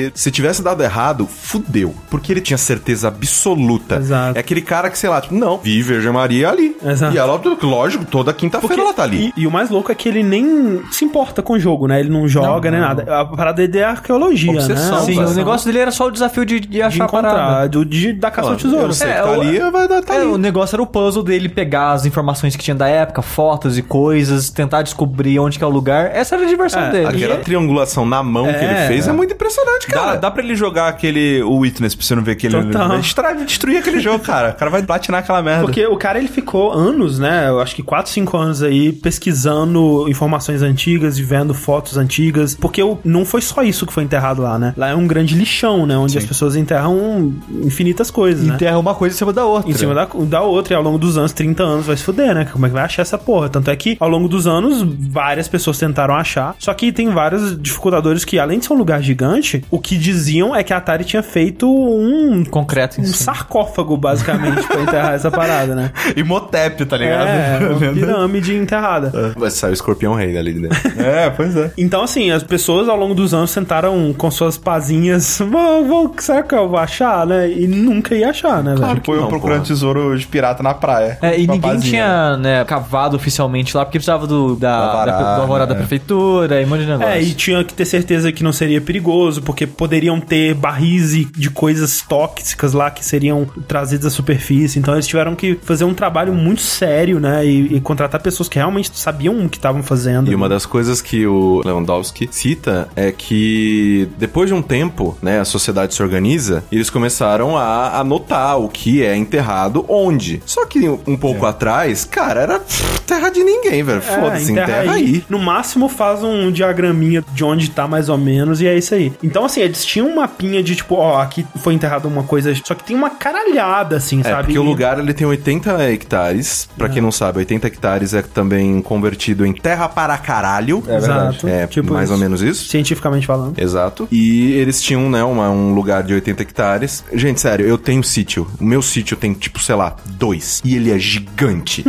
tivesse dado errado, fudeu. Porque ele tinha certeza absoluta. Exato. É aquele cara que, sei lá, tipo, não, vi Virgem Maria ali. Exato. E ela, lógico, toda quinta-feira ela tá ali. E o mais louco é que ele nem se importa com o jogo, né? Ele não joga nem nada. A parada dele é arqueologia, obsessão, né? Sim, o negócio dele era só o desafio de achar a parada. Da caça ao tesouro. Você tá ali, vai dar ali. O negócio era o puzzle dele pegar as informações que tinha da época, fotos e coisas, tentar descobrir onde que é o lugar. Essa era a diversão dele. Aquela triangulação na mão que ele fez é muito impressionante, cara. Dá pra ele jogar o Witness pra você não ver que ele vai destruir aquele jogo, cara. O cara vai platinar aquela merda. Porque o cara, ele ficou anos, né? Eu acho que 4, 5 anos aí pesquisando informações antigas e vendo fotos antigas. Porque não foi só isso que foi enterrado lá, né? Lá é um grande lixão, né? Onde as pessoas enterram infinitas coisas, né? Enterra uma coisa em cima da outra. Em cima da outra. E ao longo dos anos, 30 anos, vai se fuder, né? Como é que vai achar essa porra? Tanto é que ao longo dos anos, várias pessoas tentaram achar. Só que tem vários dificultadores que, além de ser um lugar gigante, o que diziam é que a Atari tinha feito um concreto em cima. Sarcófago, basicamente, pra enterrar essa parada, né? Imhotep, tá ligado? Uma pirâmide enterrada. Vai sair o Escorpião Rei ali de dentro. Pois é. Então, assim, as pessoas ao longo dos anos tentaram com suas pazinhas, será que eu vou achar, né? E nunca ia achar, né, velho? Foi procurando tesouro de pirata na praia. E ninguém tinha, né, cavado oficialmente lá, porque precisava do alvará da prefeitura e um monte de negócio. E tinha que ter certeza que não seria perigoso, porque poderiam ter barris de coisas tóxicas lá que seriam trazidas à superfície. Então eles tiveram que fazer um trabalho muito sério, né? E contratar pessoas que realmente sabiam o que estavam fazendo. E uma das coisas que o Lewandowski cita é que depois de um tempo, né, a sociedade se organiza e eles começaram a anotar o que é enterrado onde. Só que um pouco atrás, cara, era terra de ninguém, velho. Foda-se, enterra aí. No máximo faz um diagraminha de onde tá mais ou menos e é isso aí. Então, assim, eles tinham um mapinha de tipo, aqui foi enterrado uma coisa, só que tem uma caralhada, assim, sabe? Porque o lugar, ele tem 80 hectares. Pra quem não sabe, 80 hectares é também convertido em terra para caralho. Exato. Tipo mais ou menos isso. Cientificamente falando. Exato. E eles tinham, né, um lugar de 80 hectares. Gente, sério, eu tenho sítio. O meu sítio tem, tipo, sei lá, 2. E ele é gigante.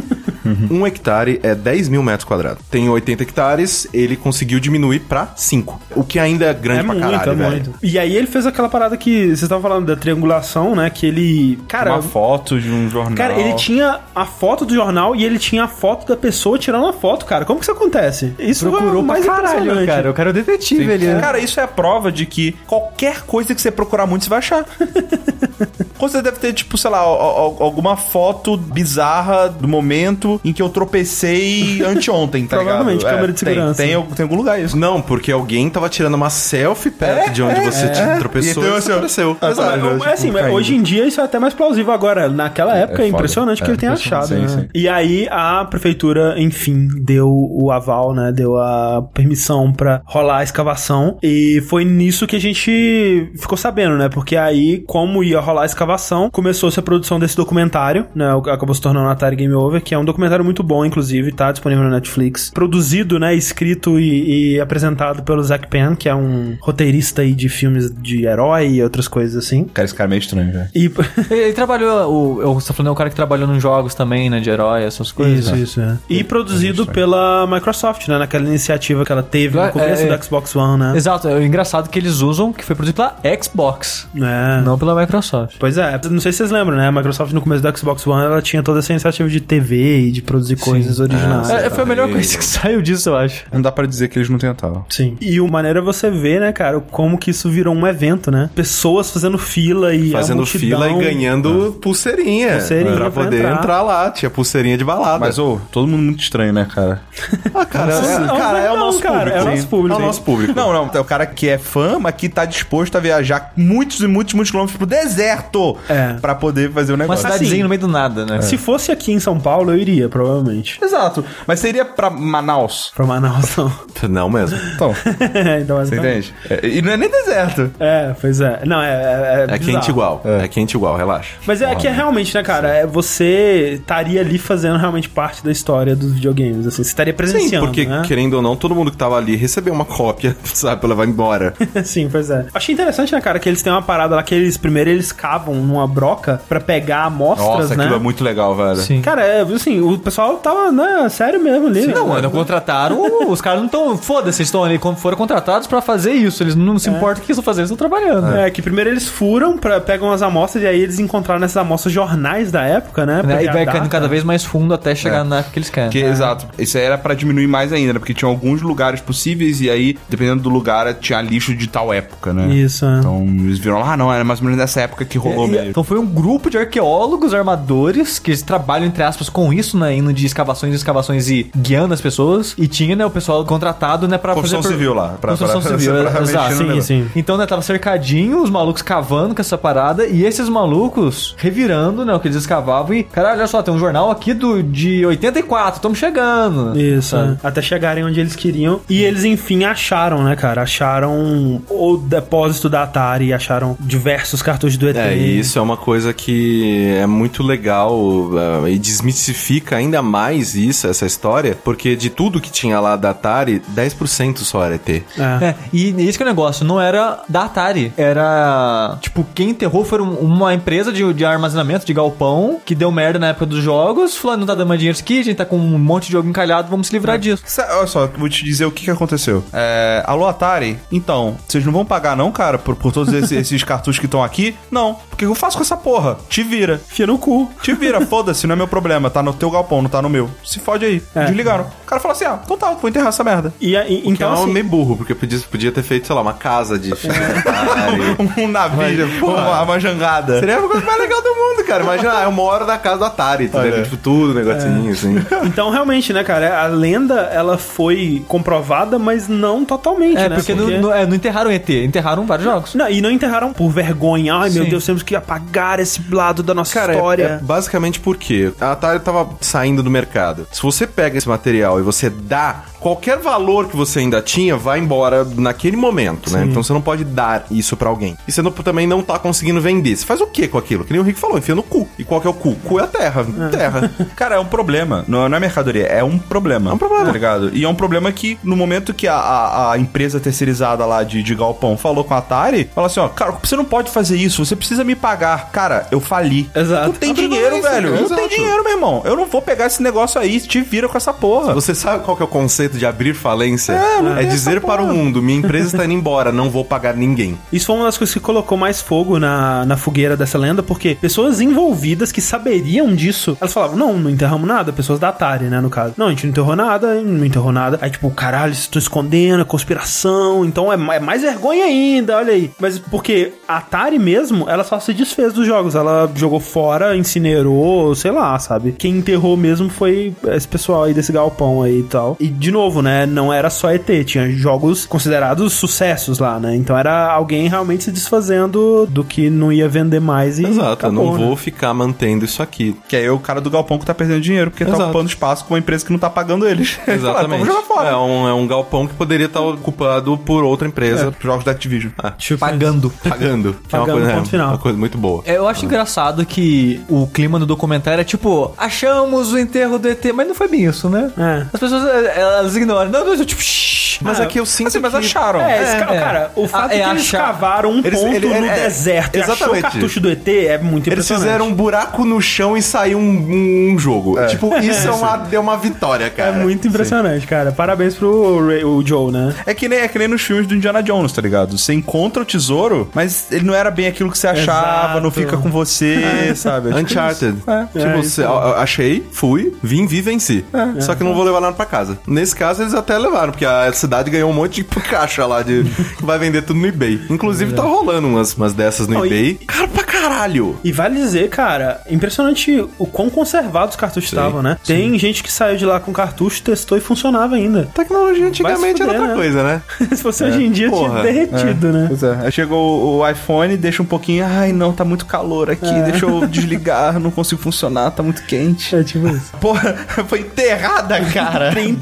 1 hectare é 10 mil metros quadrados. Tem 80 hectares, ele conseguiu diminuir pra 5. O que ainda é grande pra caralho, velho. Muito. E aí ele fez aquela parada que vocês estavam falando da triangulação, né? Que ele... Cara, uma foto de um jornal. Cara, ele tinha a foto do jornal e ele tinha a foto da pessoa tirando a foto, cara. Como que isso acontece? Isso procurou mais caralho, cara. Eu quero o detetive ali. Cara, isso é a prova de que qualquer coisa que você procurar muito, você vai achar. Você deve ter, tipo, sei lá, alguma foto bizarra do momento em que eu tropecei anteontem, tá Provavelmente, ligado? Câmera de segurança. Tem algum lugar isso. Não, porque alguém tava tirando uma selfie perto de onde você tropeçou então, e apareceu. Assim, hoje em dia isso é até mais plausível. Agora, naquela época é impressionante que ele tenha achado, sim, né? Sim. E aí a prefeitura, enfim, deu o aval, né? Deu a permissão pra rolar a escavação. E foi nisso que a gente ficou sabendo, né? Porque aí, como ia rolar a escavação, começou-se a produção desse documentário, né? Acabou se tornando Atari Game Over, que é um documentário muito bom, inclusive, tá disponível na Netflix. Produzido, né? Escrito e apresentado pelo Zack Penn, que é um roteirista aí de filmes de herói e outras coisas assim. Cara, esse cara é meio estranho, velho. Ele trabalhou, você tá falando, é o cara que trabalhou nos jogos também, né? De herói, essas coisas. Isso, é. E produzido pela Microsoft, né? Naquela iniciativa que ela teve no começo do Xbox One, né? Exato. É engraçado que eles usam, que foi produzido pela Xbox. Não pela Microsoft. Pois é. Não sei se vocês lembram, né? A Microsoft no começo do Xbox One, ela tinha toda essa iniciativa de TV e de produzir coisas originais. Foi a melhor coisa que saiu disso, eu acho. Não dá pra dizer que eles não tentavam. Sim. E o maneiro é você ver, né, cara, como que isso virou um evento, né? Pessoas fazendo fila e fazendo fila e ganhando pulseirinha pra poder entrar lá. Tinha pulseirinha de balada. Mas, todo mundo muito estranho, né, cara? É o nosso público. É o nosso público. É o nosso público. Não. É o cara que é fã, mas que tá disposto a viajar muitos e muitos quilômetros pro deserto pra poder fazer o negócio. Uma cidadezinha no meio do nada, né? Se fosse aqui em São Paulo, eu iria, provavelmente. Exato. Mas seria pra Manaus? Pra Manaus, não. Não mesmo. Então, você entende? E não é nem deserto. Pois é. Não, é quente igual. É quente igual, relaxa. Mas que é realmente, né, cara? Você estaria ali fazendo realmente parte da história dos videogames, assim. Você estaria presenciando, porque, né? querendo ou não, todo mundo que tava ali recebeu uma cópia, sabe, pra levar embora. Sim, pois é. Achei interessante, né, cara, que eles têm uma parada lá que eles cavam numa broca pra pegar amostras, Nossa, né? aquilo é muito legal, velho. Sim. Cara, assim, o pessoal tava, né, sério mesmo ali. Não, não contrataram, os caras não estão... Foda-se, eles estão ali, foram contratados pra fazer isso. Eles não se importam o que eles estão fazendo, eles estão trabalhando. Que primeiro eles furam, pegam as amostras e aí eles encontraram nessas amostras jornais da época, né? E vai caindo cada vez mais fundo até chegar na época que eles querem. Exato. Isso aí era pra diminuir mais ainda, né? Porque tinha alguns lugares possíveis e aí, dependendo do lugar, tinha lixo de tal época, né? Isso, Então, eles viram lá, não, era mais ou menos nessa época que rolou mesmo. Então foi um grupo de arqueólogos, armadores, que eles trabalham, entre aspas, com isso, né? Indo de escavações e guiando as pessoas. E tinha, né, o pessoal contratado, né, pra construção fazer... civil lá. Construção civil, exato. Sim. Então, né, tava cercadinho, os malucos cavando com essa parada, e esses malucos revirando, né, o que eles escavavam e, caralho, olha só, tem um jornal aqui de 84, estamos chegando. Isso, até chegarem onde eles queriam. E eles, enfim, acharam, né, cara? Acharam o depósito da Atari, acharam diversos cartuchos do ET. E isso é uma coisa que é muito legal e desmistifica ainda mais essa história, porque de tudo que tinha lá da Atari, 10% só era ET. E esse que é o negócio, não era da Atari, era, tipo, quem enterrou foi uma empresa de armazenamento, de galpão, que deu merda na época dos jogos, falou, não tá dando mais dinheiro isso aqui, a gente tá com um monte de jogo encalhado, vamos se livrar disso. Olha só, vou te dizer o que aconteceu. Alô, Atari? Então, vocês não vão pagar não, cara, por todos esses cartuchos que estão aqui? Não. O que eu faço com essa porra? Te vira. Fia no cu. Te vira, foda-se, não é meu problema. Tá no teu galpão, não tá no meu. Se fode aí. Desligaram. O cara falou assim, então tá, vou enterrar essa merda. Então é meio burro, porque podia ter feito, sei lá, uma casa de um navio, uma jangada. Seria a coisa mais legal do mundo, cara. Imagina, eu moro na casa do Atari, tá vendo? Tipo, tudo, negocinho, assim. Então, realmente, né, cara, a lenda, ela foi comprovada, mas não totalmente, né? Porque não enterraram ET, enterraram vários jogos. Não, e não enterraram por vergonha. Ai, meu Deus, temos que apagar esse lado da nossa história. Basicamente porque a Atari tava saindo do mercado. Se você pega esse material e você dá qualquer valor que você ainda tinha, vai embora naquele momento, né? Então você não pode dar isso pra alguém. E você também não tá conseguindo vender. Você faz o que com aquilo? Que nem o Rick falou, enfia no cu. E qual que é o cu? Cu é a terra. Terra. Cara, é um problema. Não é mercadoria, é um problema. É um problema. Tá ligado? E é um problema que, no momento que a empresa terceirizada lá de galpão falou com a Atari, falou assim, cara, você não pode fazer isso, você precisa me pagar. Cara, eu fali. Exato. Não tem dinheiro, velho. Não tem dinheiro, meu irmão. Eu não vou pegar esse negócio aí, te vira com essa porra. Você sabe qual que é o conceito de abrir falência? É dizer para o mundo, minha empresa está indo embora, não vou pagar ninguém. Isso foi uma das coisas que colocou mais fogo na fogueira dessa lenda, porque pessoas envolvidas que saberiam disso, elas falavam, não enterramos nada, pessoas da Atari, né, no caso. Não, a gente não enterrou nada. Aí, tipo, caralho, vocês estão escondendo, é conspiração, então é mais vergonha ainda, olha aí. Mas porque a Atari mesmo, ela só se desfez dos jogos, ela jogou fora, incinerou, sei lá, sabe? Quem enterrou mesmo foi esse pessoal aí desse galpão aí e tal. E, de novo, né, não era só ET, tinha jogos considerados sucessos lá, né? Então era alguém realmente se desfazendo do que não ia vender mais e exato, acabou, eu não vou ficar mantendo isso aqui. Que aí é o cara do galpão que tá perdendo dinheiro, porque tá ocupando espaço com uma empresa que não tá pagando eles. Exatamente. Vamos jogar fora. É um galpão que poderia estar ocupado por outra empresa. Jogos da Activision. Pagando. Pagando. Que Pagando, é ponto final. Uma coisa muito boa. Eu acho engraçado que o clima do documentário é tipo, achamos o enterro do ET, mas não foi bem isso, né? As pessoas, elas ignoram. Não, tipo, mas aqui eu sinto mas acharam. Cara, o fato de que eles cavaram um ponto no deserto e achou o cartucho do ET é muito impressionante. Eles fizeram um buraco no chão e saiu um jogo. Tipo, isso deu uma vitória, cara. É muito impressionante, cara. Parabéns pro Joe, né? É que nem nos filmes do Indiana Jones, tá ligado? Você encontra o tesouro, mas ele não era bem aquilo que você achava, não fica com você, sabe? Uncharted. Achei, fui, vi, venci. Só que não vou levar nada pra casa. Nesse caso, eles até levaram, porque a cidade ganhou um monte de caixa lá que vai vender tudo no eBay. Inclusive, tá rolando umas dessas no eBay. Cara, pra caralho! E vale dizer, cara, impressionante o quão conservados os cartuchos estavam, né? Tem gente que saiu de lá com cartucho, testou e funcionava ainda. Tecnologia antigamente era outra coisa, né? Se fosse hoje em dia, tinha derretido, né? Pois é. Aí chegou o iPhone, deixa um pouquinho, ai não, tá muito calor aqui, deixa eu desligar, não consigo funcionar, tá muito quente. É tipo isso. Porra, foi enterrada, cara. 30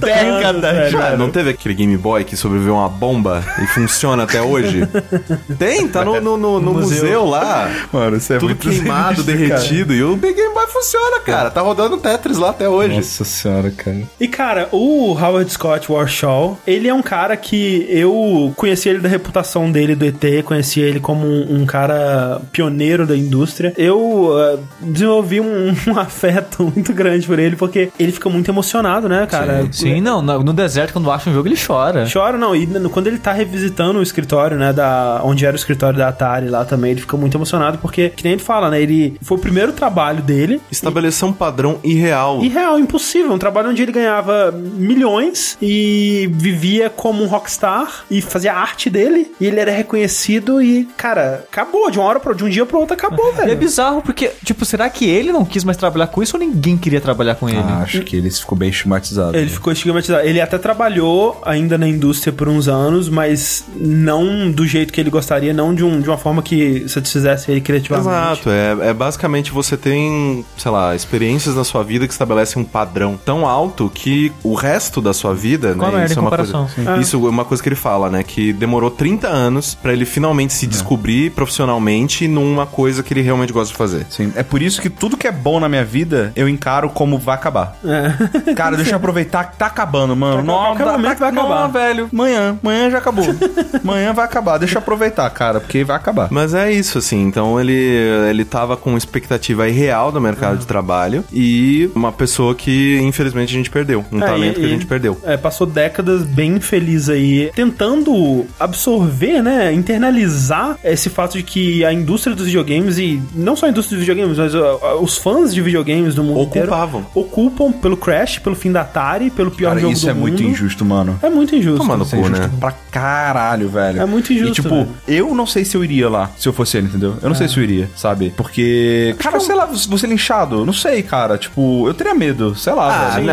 verdade, Cara, não teve aquele Game Boy que sobreviveu a uma bomba e funciona até hoje? Tem, tá no museu lá. Mano, isso é tudo muito queimado, sinistro, derretido. E o Big Game Boy funciona, cara. Tá rodando Tetris lá até hoje. Nossa senhora, cara. E, cara, o Howard Scott Warshaw, ele é um cara que eu conheci ele da reputação dele do ET, conheci ele como um cara pioneiro da indústria. Eu desenvolvi um afeto muito grande por ele, porque ele fica muito emocionado, né, cara? Sim, não, no deserto, quando acha um jogo, ele chora. Chora, não. E quando ele tá revisitando o escritório, né, onde era o escritório da Atari lá também, ele fica muito emocionado, porque, que nem ele fala, né, ele foi o primeiro trabalho dele. Estabeleceu um padrão irreal. Irreal, impossível. Um trabalho onde ele ganhava milhões e vivia como um rockstar e fazia a arte dele, e ele era reconhecido e, cara, acabou. De um dia pro outro acabou, velho. E é bizarro, porque, tipo, será que ele não quis mais trabalhar com isso ou ninguém queria trabalhar com ele? Acho que ele ficou bem estigmatizado. Ele ficou estigmatizado. Ele até trabalhou ainda na indústria por uns anos, mas não do jeito que ele gostaria, não de uma forma que satisfizesse ele criativamente. Exato, é basicamente você tem, sei lá, experiências na sua vida que estabelecem um padrão tão alto que o resto da sua vida, né, isso é uma coisa, isso é uma coisa que ele fala, né, que demorou 30 anos pra ele finalmente se descobrir profissionalmente numa coisa que ele realmente gosta de fazer. Sim, é por isso que tudo que é bom na minha vida, eu encaro como vai acabar. Cara, deixa eu aproveitar que tá acabando, mano. Qualquer momento vai acabar. Não, velho, amanhã já acabou. Amanhã vai acabar, deixa eu aproveitar, cara, porque vai acabar. Mas é isso, assim, então ele tava com expectativa irreal do mercado de trabalho e uma pessoa que, infelizmente, a gente perdeu. Um talento que a gente perdeu. Passou décadas bem infeliz aí, tentando absorver, né, internalizar esse fato de que a indústria dos videogames, e não só a indústria dos videogames, mas os fãs de videogames do mundo inteiro ocupam pelo Crash, pelo fim da Atari, pelo pior jogo do mundo. Isso é muito injusto, mano. É muito injusto. Tomando cu, né? Pra caralho, velho. É muito injusto. E tipo, velho, eu não sei se eu iria lá, se eu fosse ele, entendeu? Eu não sei se eu iria, sabe? Porque, cara, sei lá, você linchado, não sei, cara. Tipo, eu teria medo, sei lá, velho.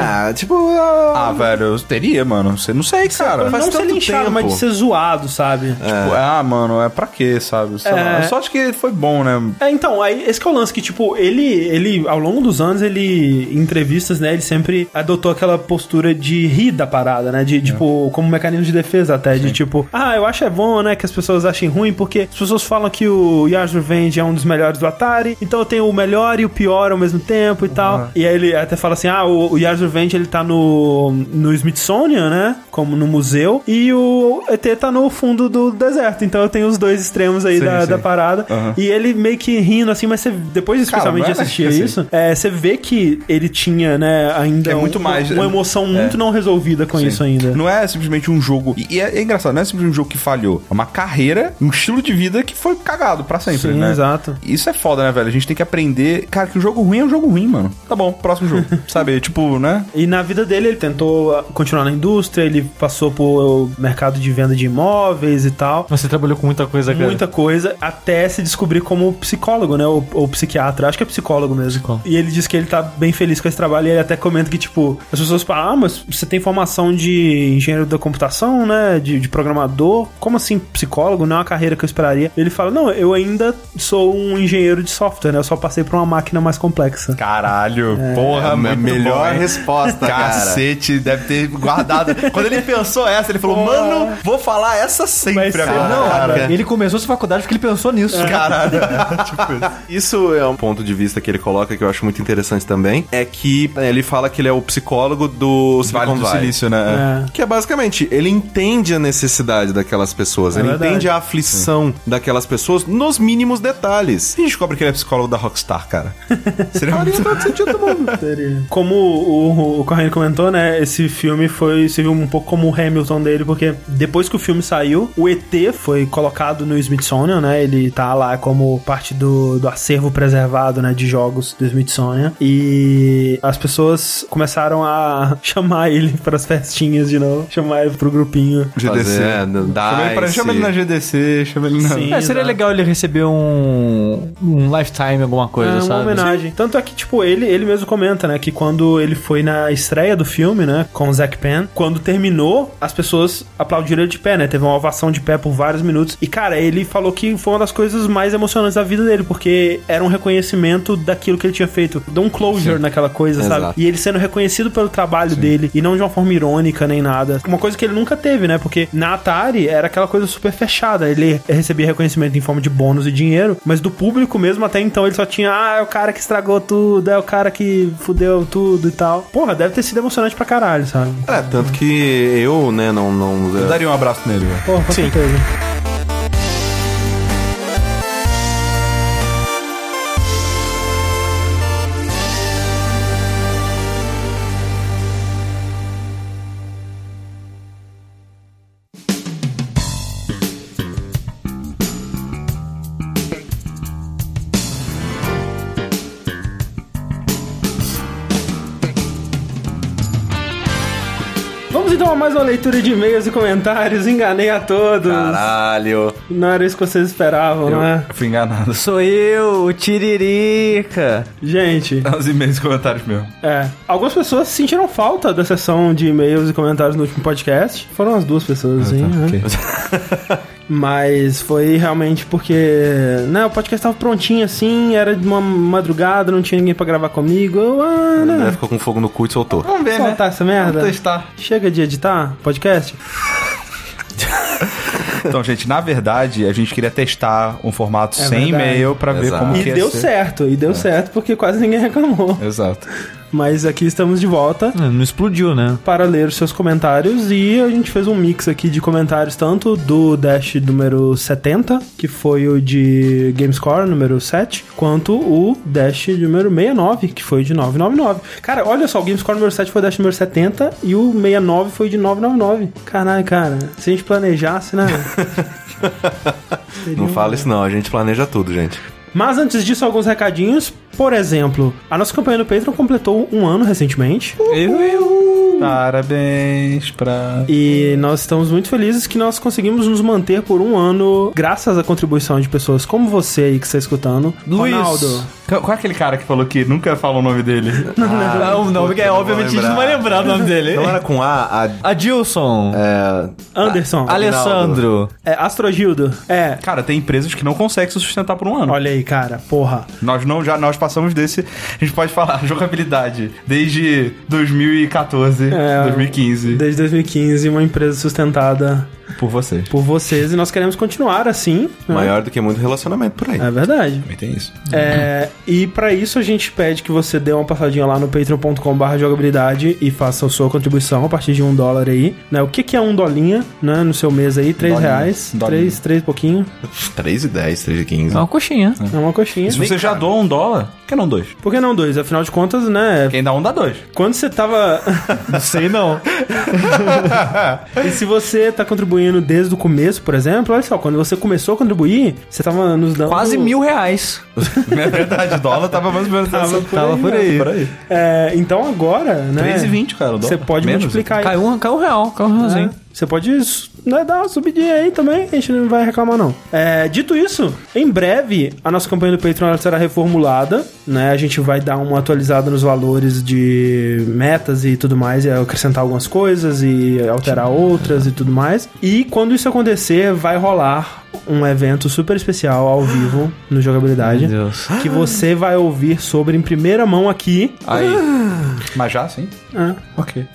Velho, eu teria, mano. Não sei, cara. Não ser linchado, mas de ser zoado, sabe? Tipo, mano, é pra quê, sabe? Sei lá. Só acho que foi bom, né? Então, aí, esse que é o lance, que, tipo, ele, ao longo dos anos, em entrevistas, né, ele sempre adotou aquela postura de rir da parada, né? De, tipo, como mecanismo de defesa até, de tipo, eu acho bom, né, que as pessoas achem ruim, porque as pessoas falam que o Yars Revenge é um dos melhores do Atari, então eu tenho o melhor e o pior ao mesmo tempo e tal. E aí ele até fala assim, o Yars Revenge, ele tá no Smithsonian, né, como no museu, e o ET tá no fundo do deserto, então eu tenho os dois extremos aí da parada. E ele meio que rindo assim, mas você, depois especialmente de assistir isso, você vê que ele tinha, né, ainda muito mais, uma emoção muito não resolvida com isso ainda. Não é simplesmente um jogo, e é engraçado, não é simplesmente um jogo que falhou, é uma carreira, um estilo de vida que foi cagado pra sempre, né? Exato. Isso é foda, né, velho? A gente tem que aprender, cara, que o jogo ruim é um jogo ruim, mano. Tá bom, próximo jogo. Sabe, tipo, né? E na vida dele, ele tentou continuar na indústria, ele passou por mercado de venda de imóveis e tal. Você trabalhou com muita coisa, cara. Muita coisa, até se descobrir como psicólogo, né? Ou psiquiatra. Acho que é psicólogo mesmo. E ele diz que ele tá bem feliz com esse trabalho, e ele até comenta que, tipo, as pessoas falam, mas você tem formação de engenheiro da computação, né? De programador. Como assim psicólogo? Não é uma carreira que eu esperaria. Ele fala, não, eu ainda sou um engenheiro de software, né? Eu só passei por uma máquina mais complexa. Caralho, porra, a melhor resposta, Cacete, deve ter guardado. Quando ele pensou essa, ele falou, mano, vou falar essa sempre agora. Não, cara. Ele começou essa faculdade porque ele pensou nisso. Caralho. Isso é um ponto de vista que ele coloca que eu acho muito interessante também, é que ele fala que ele é o psicólogo do Vale do Silício, né? Que é basicamente, ele entende a necessidade daquelas pessoas, ele entende a aflição daquelas pessoas nos mínimos detalhes. A gente descobre que ele é psicólogo da Rockstar, cara. Seria muito todo sentido do mundo. Como o Corrêa comentou, né, esse filme serviu um pouco como o Hamilton dele, porque depois que o filme saiu, o ET foi colocado no Smithsonian, né, ele tá lá como parte do acervo preservado, né, de jogos do Smithsonian, e as pessoas começaram a chamar ele pras festinhas de novo, chamar ele pro grupinho. GDC. Chama ele na GDC, chama ele na... Sim, seria legal ele receber um Lifetime, alguma coisa, sabe? Uma homenagem. Tanto é que, tipo, ele mesmo comenta, né, que quando ele foi na estreia do filme, né, com o Zack Penn, quando terminou, as pessoas aplaudiram ele de pé, né, teve uma ovação de pé por vários minutos. E, cara, ele falou que foi uma das coisas mais emocionantes da vida dele, porque era um reconhecimento daquilo que ele tinha feito. Deu um closure naquela coisa, sabe? E ele sendo reconhecido pelo trabalho dele, e não de uma forma irônica nem nada. Uma coisa que ele nunca teve, né, porque na Atari era aquela coisa super fechada. Ele recebia reconhecimento em forma de bônus e dinheiro, mas do público mesmo até então ele só tinha, é o cara que estragou tudo, é o cara que fudeu tudo e tal. Porra, deve ter sido emocionante pra caralho, sabe? Tanto que eu, né, Eu daria um abraço nele, velho. Porra, com certeza. Então, mais uma leitura de e-mails e comentários. Enganei a todos. Caralho. Não era isso que vocês esperavam, não é? Eu fui enganado. Sou eu, o Tiririca. Gente. Os e-mails e comentários mesmo. Algumas pessoas sentiram falta da sessão de e-mails e comentários no último podcast. Foram as 2 pessoas, assim, né? Okay. Mas foi realmente porque, né, o podcast tava prontinho assim, era de uma madrugada, não tinha ninguém pra gravar comigo. Né? Ficou com fogo no cu e soltou. Vamos ver, soltar essa merda? Vamos testar. Chega de editar podcast? Então, gente, na verdade, a gente queria testar um formato sem e-mail pra ver como que ia ser. E deu certo, porque quase ninguém reclamou. Exato. Mas aqui estamos de volta. Não explodiu, né? Para ler os seus comentários. E a gente fez um mix aqui de comentários, tanto do Dash número 70, que foi o de GameScore número 7, quanto o Dash número 69, que foi o de 999. Cara, olha só, o GameScore número 7 foi o Dash número 70 e o 69 foi de 999. Caralho, cara, se a gente planejasse, né? Não fala isso não, a gente planeja tudo, gente. Mas antes disso, alguns recadinhos. Por exemplo, a nossa campanha no Patreon completou 1 ano recentemente. Parabéns pra... E nós estamos muito felizes que nós conseguimos nos manter por 1 ano, graças à contribuição de pessoas como você aí que está escutando. Luiz. Ronaldo. Qual é aquele cara que falou que nunca fala o nome dele? O nome é obviamente a gente não vai lembrar o nome dele. Não era com Adilson. Anderson. Alessandro. Astrogildo. Cara, tem empresas que não conseguem se sustentar por 1 ano. Olha aí, cara. Porra. Nós passamos desse... A gente pode falar jogabilidade desde 2014, 2015. Desde 2015, uma empresa sustentada... Por vocês. Por vocês. E nós queremos continuar assim. Maior do que muito relacionamento por aí. É verdade. Também tem isso. E pra isso a gente pede que você dê uma passadinha lá no patreon.com/jogabilidade e faça a sua contribuição a partir de $1 aí. Né? O que é $1, né? No seu mês aí? R$3. 3 pouquinho. 3,10, 3,15. É uma coxinha. É uma coxinha. Se você já doa $1, por que não 2? Por que não 2? Afinal de contas, né? Quem dá 1 dá 2. Quando você tava... Não sei não. E se você tá contribuindo desde o começo, por exemplo, olha só, quando você começou a contribuir, você tava nos dando... Quase R$1.000. É verdade, o dólar tava mais ou menos... Tava por aí. Então agora, né? 3,20, cara, o dólar. Você pode multiplicar aí. Caiu um realzinho. Você pode, né, dar uma subidinha aí também, a gente não vai reclamar não. Dito isso, em breve a nossa campanha do Patreon ela será reformulada, né? A gente vai dar uma atualizada nos valores de metas e tudo mais, e acrescentar algumas coisas e alterar outras e tudo mais. E quando isso acontecer, vai rolar um evento super especial ao vivo no Jogabilidade. Meu Deus. Que você vai ouvir sobre em primeira mão aqui. Aí. Mas já, sim? Ok.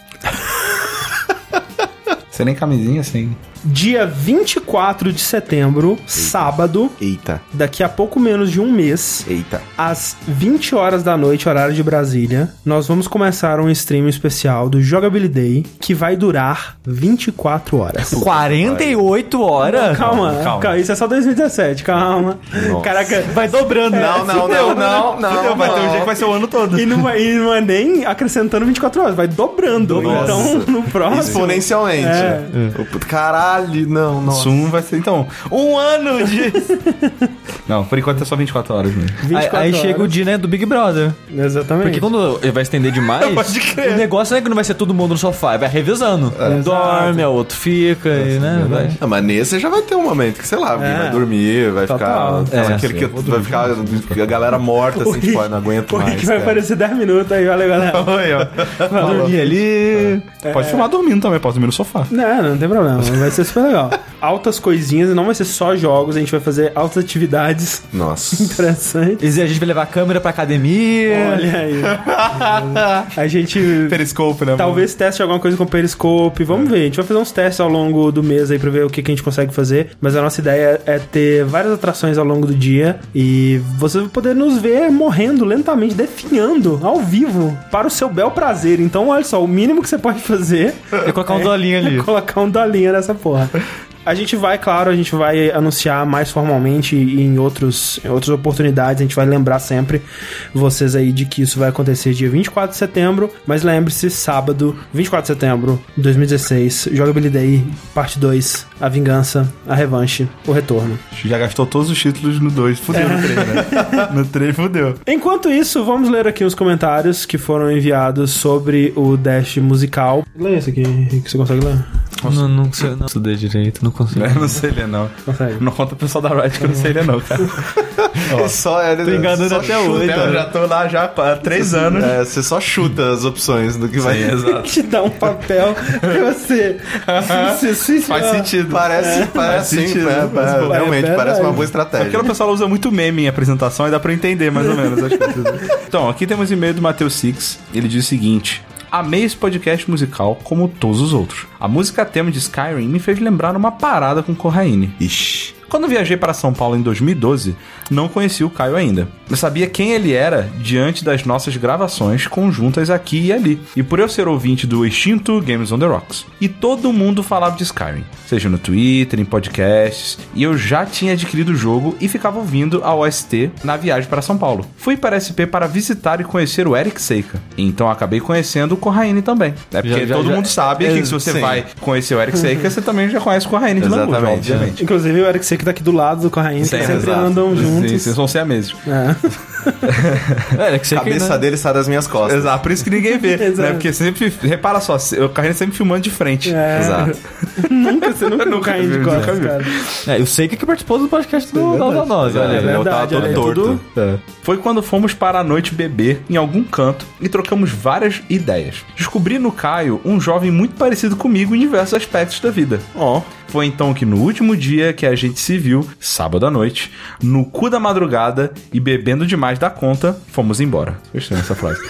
Sem nem camisinha, sem... Dia 24 de setembro, sábado. Eita. Daqui a pouco menos de um mês. Eita. Às 20 horas da noite, horário de Brasília, nós vamos começar um stream especial do Jogabilidade que vai durar 24 horas. 48 horas? Calma. Isso é só 2017, calma. Nossa. Caraca, Vai dobrando. Não. Vai ter um dia que vai ser o ano todo. E não é nem acrescentando 24 horas, vai dobrando. Nossa. Então, no próximo... Exponencialmente. Caralho. Caralho, não, nossa. Isso vai ser, então, 1 ano de... Não, por enquanto é só 24 horas mesmo. 24 Aí horas. chega o dia, né, do Big Brother. Exatamente. Porque quando ele vai estender demais, Pode crer. o negócio não é que não vai ser todo mundo no sofá, vai revezando. Um dorme, o outro fica, e, né? Vai. Não, mas nesse já vai ter um momento que, sei lá, alguém vai dormir, vai Total. ficar... aquele que vai ficar a galera morta, assim, tipo, não aguento O mais. Rick vai aparecer 10 minutos aí, valeu, galera. Oi, ó. Vai dormir ali. Pode filmar dormindo também, pode dormir no sofá. Não tem problema, vai ser super legal. Altas coisinhas, não vai ser só jogos, a gente vai fazer altas atividades Nossa. interessantes. E a gente vai levar a câmera pra academia. Olha aí. A gente Periscope, né? talvez teste alguma coisa com Periscope. Vamos ver. A gente vai fazer uns testes ao longo do mês aí pra ver o que a gente consegue fazer. Mas a nossa ideia é ter várias atrações ao longo do dia. E você vai poder nos ver morrendo lentamente, definhando ao vivo para o seu bel prazer. Então, olha só, o mínimo que você pode fazer E colocar um dolinho ali. é colocar um dolinho nessa porra. A gente vai anunciar mais formalmente em outras oportunidades. A gente vai lembrar sempre vocês aí de que isso vai acontecer dia 24 de setembro. Mas lembre-se, sábado, 24 de setembro de 2016, Jogabilidade parte 2, a vingança, a revanche, o retorno. Já gastou todos os títulos no 2. Fudeu no 3, né? No 3 fudeu. Enquanto isso, vamos ler aqui os comentários que foram enviados sobre o Dash musical. Lê esse aqui, Rick, você consegue ler? Não sei, não estudei direito, não consigo. Eu não sei ler, não. Consegue. Não conta o pessoal da Riot que eu não sei ler, não, cara. Tô enganando até hoje. Eu já tô lá já há 3 anos. É, você só chuta as opções do que vai. Exato. Te dá um papel pra você... Faz sentido. Parece sim, sentido. realmente, É parece uma boa Porque estratégia. o pessoal usa muito meme em apresentação e dá pra entender mais ou menos as coisas. Então, aqui temos e-mail do Matheus Six. Ele diz o seguinte: amei esse podcast musical como todos os outros. A música tema de Skyrim me fez lembrar uma parada com Corraine. Ixi. Quando viajei para São Paulo em 2012, não conhecia o Caio ainda. Eu sabia quem ele era diante das nossas gravações conjuntas aqui e ali. E por eu ser ouvinte do extinto Games on the Rocks. E todo mundo falava de Skyrim, seja no Twitter, em podcasts. E eu já tinha adquirido o jogo e ficava ouvindo a OST na viagem para São Paulo. Fui para a SP para visitar e conhecer o Eric Seika. Então acabei conhecendo o Corraine também. É porque todo mundo sabe que se você vai conhecer o Eric Seika, você também já conhece o Corraine de Lambuja, Exatamente. obviamente. Inclusive o Eric Seika tá aqui do lado do Corraine, que sempre exato. andam juntos. Sim, vocês vão ser a mesma. É. Que A cabeça dele sai das minhas costas. Exato, por isso que ninguém vê, Exato. né? Porque sempre, repara só, o Corraine sempre filmando de frente. É. Exato. Você nunca viu o Corraine de Nunca costas, vi. cara. Eu sei que participou do podcast do Nós, olha. É Eu tava verdade, todo olha, torto. Foi quando fomos para a noite beber em algum canto e trocamos várias ideias. Descobri no Caio um jovem muito parecido comigo em diversos aspectos da vida. Foi então que no último dia que a gente se viu, sábado à noite, no cu da madrugada e bebendo demais da conta, fomos embora. Gostei dessa frase.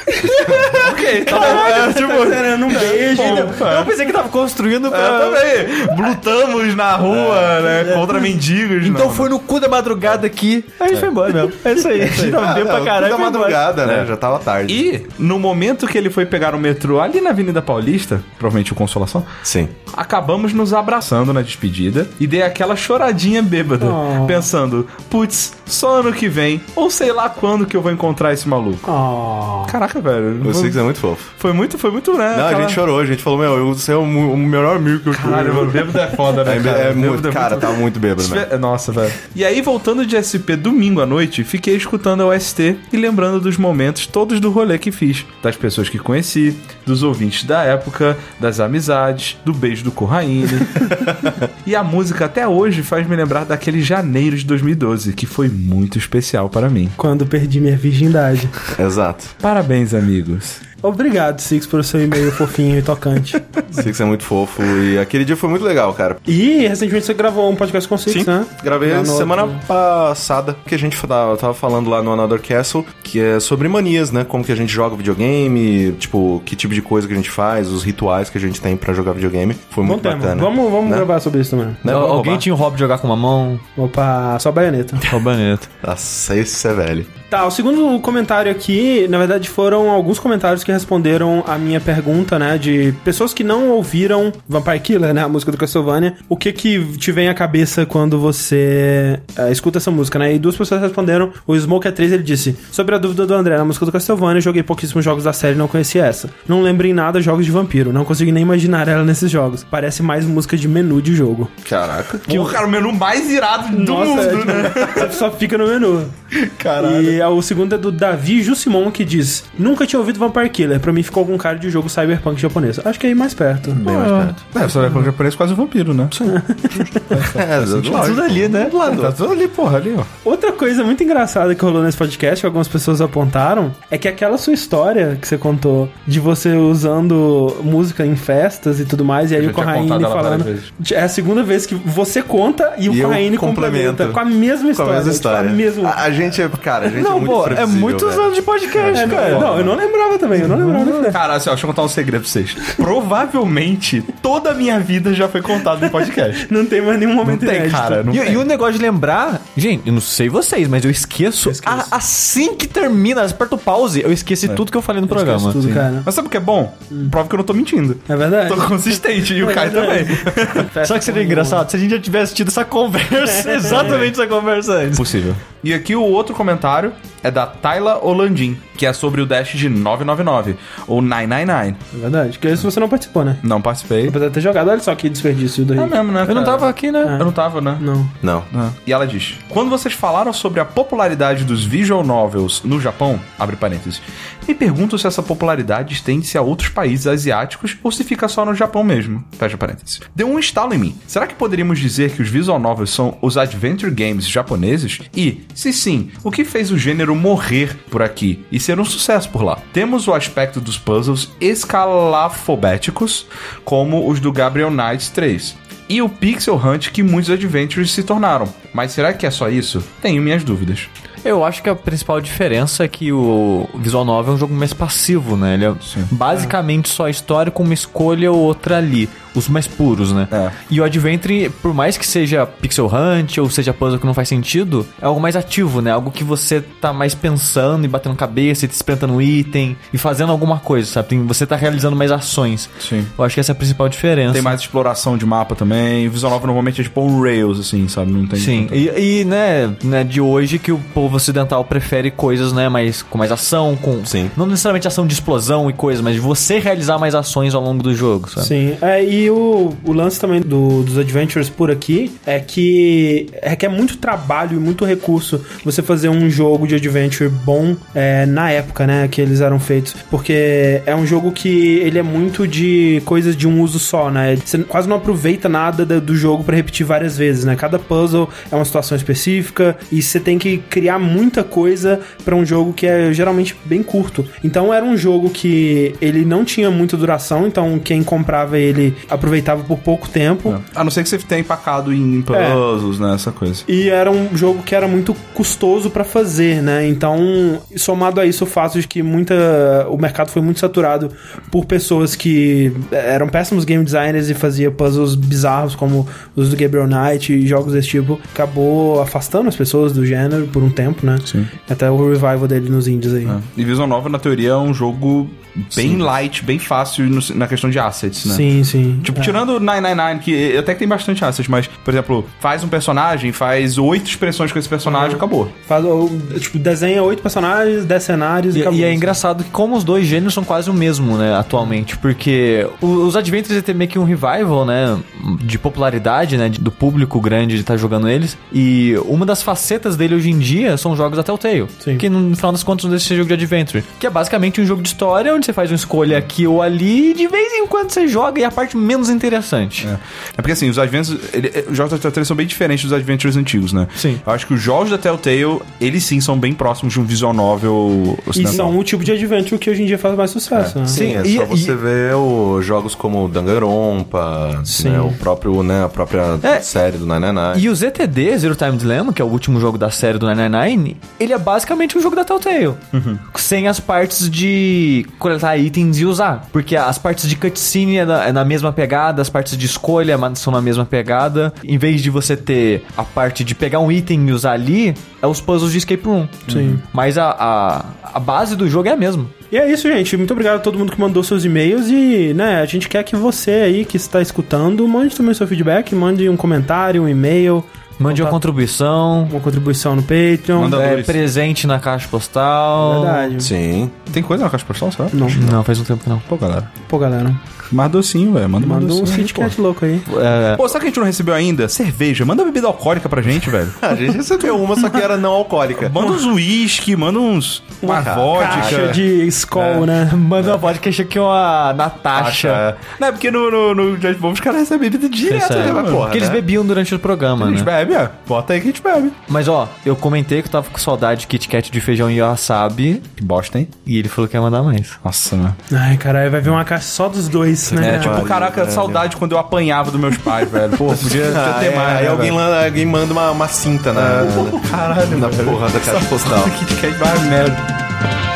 Ok, tá bom. Tipo, esperando um beijo. Eu pensei que tava construindo pra... também. Lutamos na rua, né? Contra mendigos. Então não, foi no cu da madrugada aqui. Aí a gente foi embora mesmo. É isso aí. A gente tava bem pra caralho. Da foi embora. madrugada, né? Já tava tarde. E no momento que ele foi pegar o metrô ali na Avenida Paulista, provavelmente o Consolação, Sim. acabamos nos abraçando na despedida e dei aquela choradinha bêbada, pensando, putz, só ano que vem, ou sei lá quando que eu vou encontrar esse maluco. Caraca, velho. O Six é muito fofo. Foi muito, né? Não, a gente chorou, a gente falou, você é o melhor amigo que eu tenho. Caralho, mano, bêbado é foda, né, cara? É Bêbado muito, cara, tá muito bêbado, né? Nossa, velho. E aí, voltando de SP domingo à noite, fiquei escutando a OST e lembrando dos momentos todos do rolê que fiz. Das pessoas que conheci, dos ouvintes da época, das amizades, do beijo do Corraine. E a música até hoje faz me lembrar daquele janeiro de 2012, que foi muito especial para mim. Quando perdi minha virgindade. Exato. Parabéns, amigos. Obrigado, Six, por seu e-mail fofinho e tocante. Six é muito fofo e aquele dia foi muito legal, cara. E recentemente você gravou um podcast com o Six, né? Gravei Lá no semana outro. passada, que a gente tava falando lá no Another Castle, que é sobre manias, né? Como que a gente joga videogame, tipo, que tipo de coisa que a gente faz, os rituais que a gente tem pra jogar videogame. Foi Bom muito tema. bacana. Vamos Né? gravar sobre isso também. Né? Vamos Alguém roubar? tinha o hobby de jogar com uma mão? Opa, só baioneta. Roubaneta. Nossa, esse é velho. Tá, o segundo comentário aqui, na verdade, foram alguns comentários que responderam a minha pergunta, né, de pessoas que não ouviram Vampire Killer, né, a música do Castlevania. O que te vem à cabeça quando você escuta essa música, né? E duas pessoas responderam. O Smoke é 3, ele disse: sobre a dúvida do André na música do Castlevania, eu joguei pouquíssimos jogos da série e não conhecia essa. Não lembro em nada jogos de vampiro, não consigo nem imaginar ela nesses jogos. Parece mais música de menu de jogo. Caraca. Cara, o menu mais irado do mundo, né? Só fica no menu. Caralho. E o segundo é do Davi Jussimon, que diz: nunca tinha ouvido Vampire Killer, pra mim ficou com cara de jogo cyberpunk japonês. Acho que é aí mais perto. Bem mais perto. O cyberpunk japonês é quase um vampiro, né? Tá tudo ali, né? Tá tudo ali, porra, ali, ó. Outra coisa muito engraçada que rolou nesse podcast, que algumas pessoas apontaram, é que aquela sua história que você contou, de você usando música em festas e tudo mais, e aí o Corraine falando... É a segunda vez que você conta e o Corraine complementa. Com a mesma história. Com a mesma história. Tipo, a mesma... A gente é, cara, a gente não, é muito pô, previsível, é muitos anos de podcast, cara. Não, eu não lembrava também, Cara, assim, ó, deixa eu contar um segredo pra vocês. Provavelmente, toda a minha vida já foi contada no podcast. Não tem mais nenhum momento inédito. Cara, não tem. E o negócio de lembrar... Gente, eu não sei vocês, mas eu esqueço. Assim que termina, aperta o pause, eu esqueci tudo que eu falei no programa. Tudo, cara. Mas sabe o que é bom? Prova que eu não tô mentindo. É verdade. Tô consistente, e o Caio também. Só que seria engraçado se a gente já tivesse tido essa conversa, exatamente essa conversa antes. Possível. E aqui o outro comentário é da Tayla Olandim, que é sobre o Dash de 999, ou 999. É verdade. Que esse você não participou, né? Não participei. Apesar de ter jogado, olha só que desperdício do Rio. É mesmo, né? Eu não tava aqui, né? Eu não tava, né? Não. E ela diz: quando vocês falaram sobre a popularidade dos visual novels no Japão, abre parênteses, me pergunto se essa popularidade estende-se a outros países asiáticos ou se fica só no Japão mesmo, fecha parênteses. Deu um estalo em mim. Será que poderíamos dizer que os visual novels são os adventure games japoneses? E, se sim, o que fez o gênero morrer por aqui e ser um sucesso por lá? Temos o aspecto dos puzzles escalafobéticos, como os do Gabriel Knight 3. E o Pixel Hunt que muitos adventures se tornaram. Mas será que é só isso? Tenho minhas dúvidas. Eu acho que a principal diferença é que o Visual Novel é um jogo mais passivo, né? Ele é basicamente só história com uma escolha ou outra ali. Os mais puros, né? E o Adventure, por mais que seja Pixel Hunt ou seja puzzle que não faz sentido, é algo mais ativo, né? Algo que você tá mais pensando e batendo cabeça e te esprentando um item e fazendo alguma coisa, sabe? Você tá realizando mais ações. Sim. Eu acho que essa é a principal diferença. Tem mais exploração de mapa também. O Visual Novel normalmente é tipo um Rails, assim, sabe? Não tem... Sim. E né, de hoje que o povo ocidental prefere coisas, né, com mais ação, com... Sim. Não necessariamente ação de explosão e coisas, mas de você realizar mais ações ao longo do jogo, sabe? Sim. E o lance também dos adventures por aqui é que requer muito trabalho e muito recurso você fazer um jogo de adventure bom na época, né, que eles eram feitos. Porque é um jogo que ele é muito de coisas de um uso só, né? Você quase não aproveita nada do jogo pra repetir várias vezes, né? Cada puzzle é uma situação específica e você tem que criar muita coisa pra um jogo que é geralmente bem curto. Então era um jogo que ele não tinha muita duração, então quem comprava ele aproveitava por pouco tempo. A não ser que você tenha empacado em puzzles, né? Essa coisa. E era um jogo que era muito custoso pra fazer, né? Então, somado a isso, o fato de que o mercado foi muito saturado por pessoas que eram péssimos game designers e faziam puzzles bizarros, como os do Gabriel Knight e jogos desse tipo, acabou afastando as pessoas do gênero por um tempo, né? Sim. Até o revival dele nos indies aí. E Visual Novel, na teoria, é um jogo bem light, bem fácil na questão de assets, né? Sim. Tipo, tirando o 999, que até que tem bastante assets, mas, por exemplo, faz um personagem, faz 8 expressões com esse personagem, acabou. Desenha 8 personagens, 10 cenários e acabou. E é engraçado que como os dois gêneros são quase o mesmo, né, atualmente, porque os Adventures iam ter meio que um revival, né, de popularidade, né, do público grande de estar jogando eles, e uma das facetas dele hoje em dia são jogos da Telltale, que no final das contas não deixa de ser jogo de Adventure, que é basicamente um jogo de história onde você faz uma escolha aqui ou ali e de vez em quando você joga e a parte menos interessante. É porque assim, os Adventures, os jogos da Telltale são bem diferentes dos Adventures antigos, né? Sim. Eu acho que os jogos da Telltale, eles sim são bem próximos de um visual novel ocidental. E são um tipo de Adventure que hoje em dia faz mais sucesso, né? Sim, só você ver jogos como Danganronpa, né, o próprio, né, a própria série do 999. E o ZTD, Zero Time Dilemma, que é o último jogo da série do 999, ele é basicamente um jogo da Telltale. sem as partes de coletar itens e usar. Porque as partes de cutscene é na mesma pegada, as partes de escolha são na mesma pegada. Em vez de você ter a parte de pegar um item e usar ali, é os puzzles de escape room. Sim. Mas a base do jogo é a mesma. E é isso, gente. Muito obrigado a todo mundo que mandou seus e-mails e, né, a gente quer que você aí que está escutando, mande também seu feedback, mande um comentário, um e-mail. Mande uma contribuição. Uma contribuição no Patreon. Manda presente na caixa postal. Verdade. Sim. Tem coisa na caixa postal, sabe? Não, faz um tempo que não. Pô, galera. Pô, galera. Mais docinho, velho. Manda um docinho. Kit Kat louco aí. Pô, sabe que a gente não recebeu ainda? Cerveja. Manda bebida alcoólica pra gente, velho. A gente recebeu uma, só que era não alcoólica. Manda uns uísque, manda uma vodka. Caixa de Skol, né? Manda uma vodka, achei que uma Natasha. Não, é porque no Jet Bomb os caras recebem bebida direto, né? Mas, porra, Porque eles bebiam durante o programa, A gente né? bebe, Bota aí que a gente bebe. Mas ó, eu comentei que eu tava com saudade de Kit Kat de feijão e wasabi. Que bosta, hein? E ele falou que ia mandar mais. Nossa, mano. Ai, caralho, vai vir uma caixa só dos dois, né? Tipo, caraca, saudade quando eu apanhava dos meus pais, velho. Pô, podia ter mais. Aí né, alguém manda uma cinta na caralho, porra da caixa postal. Kit Kat vai merda.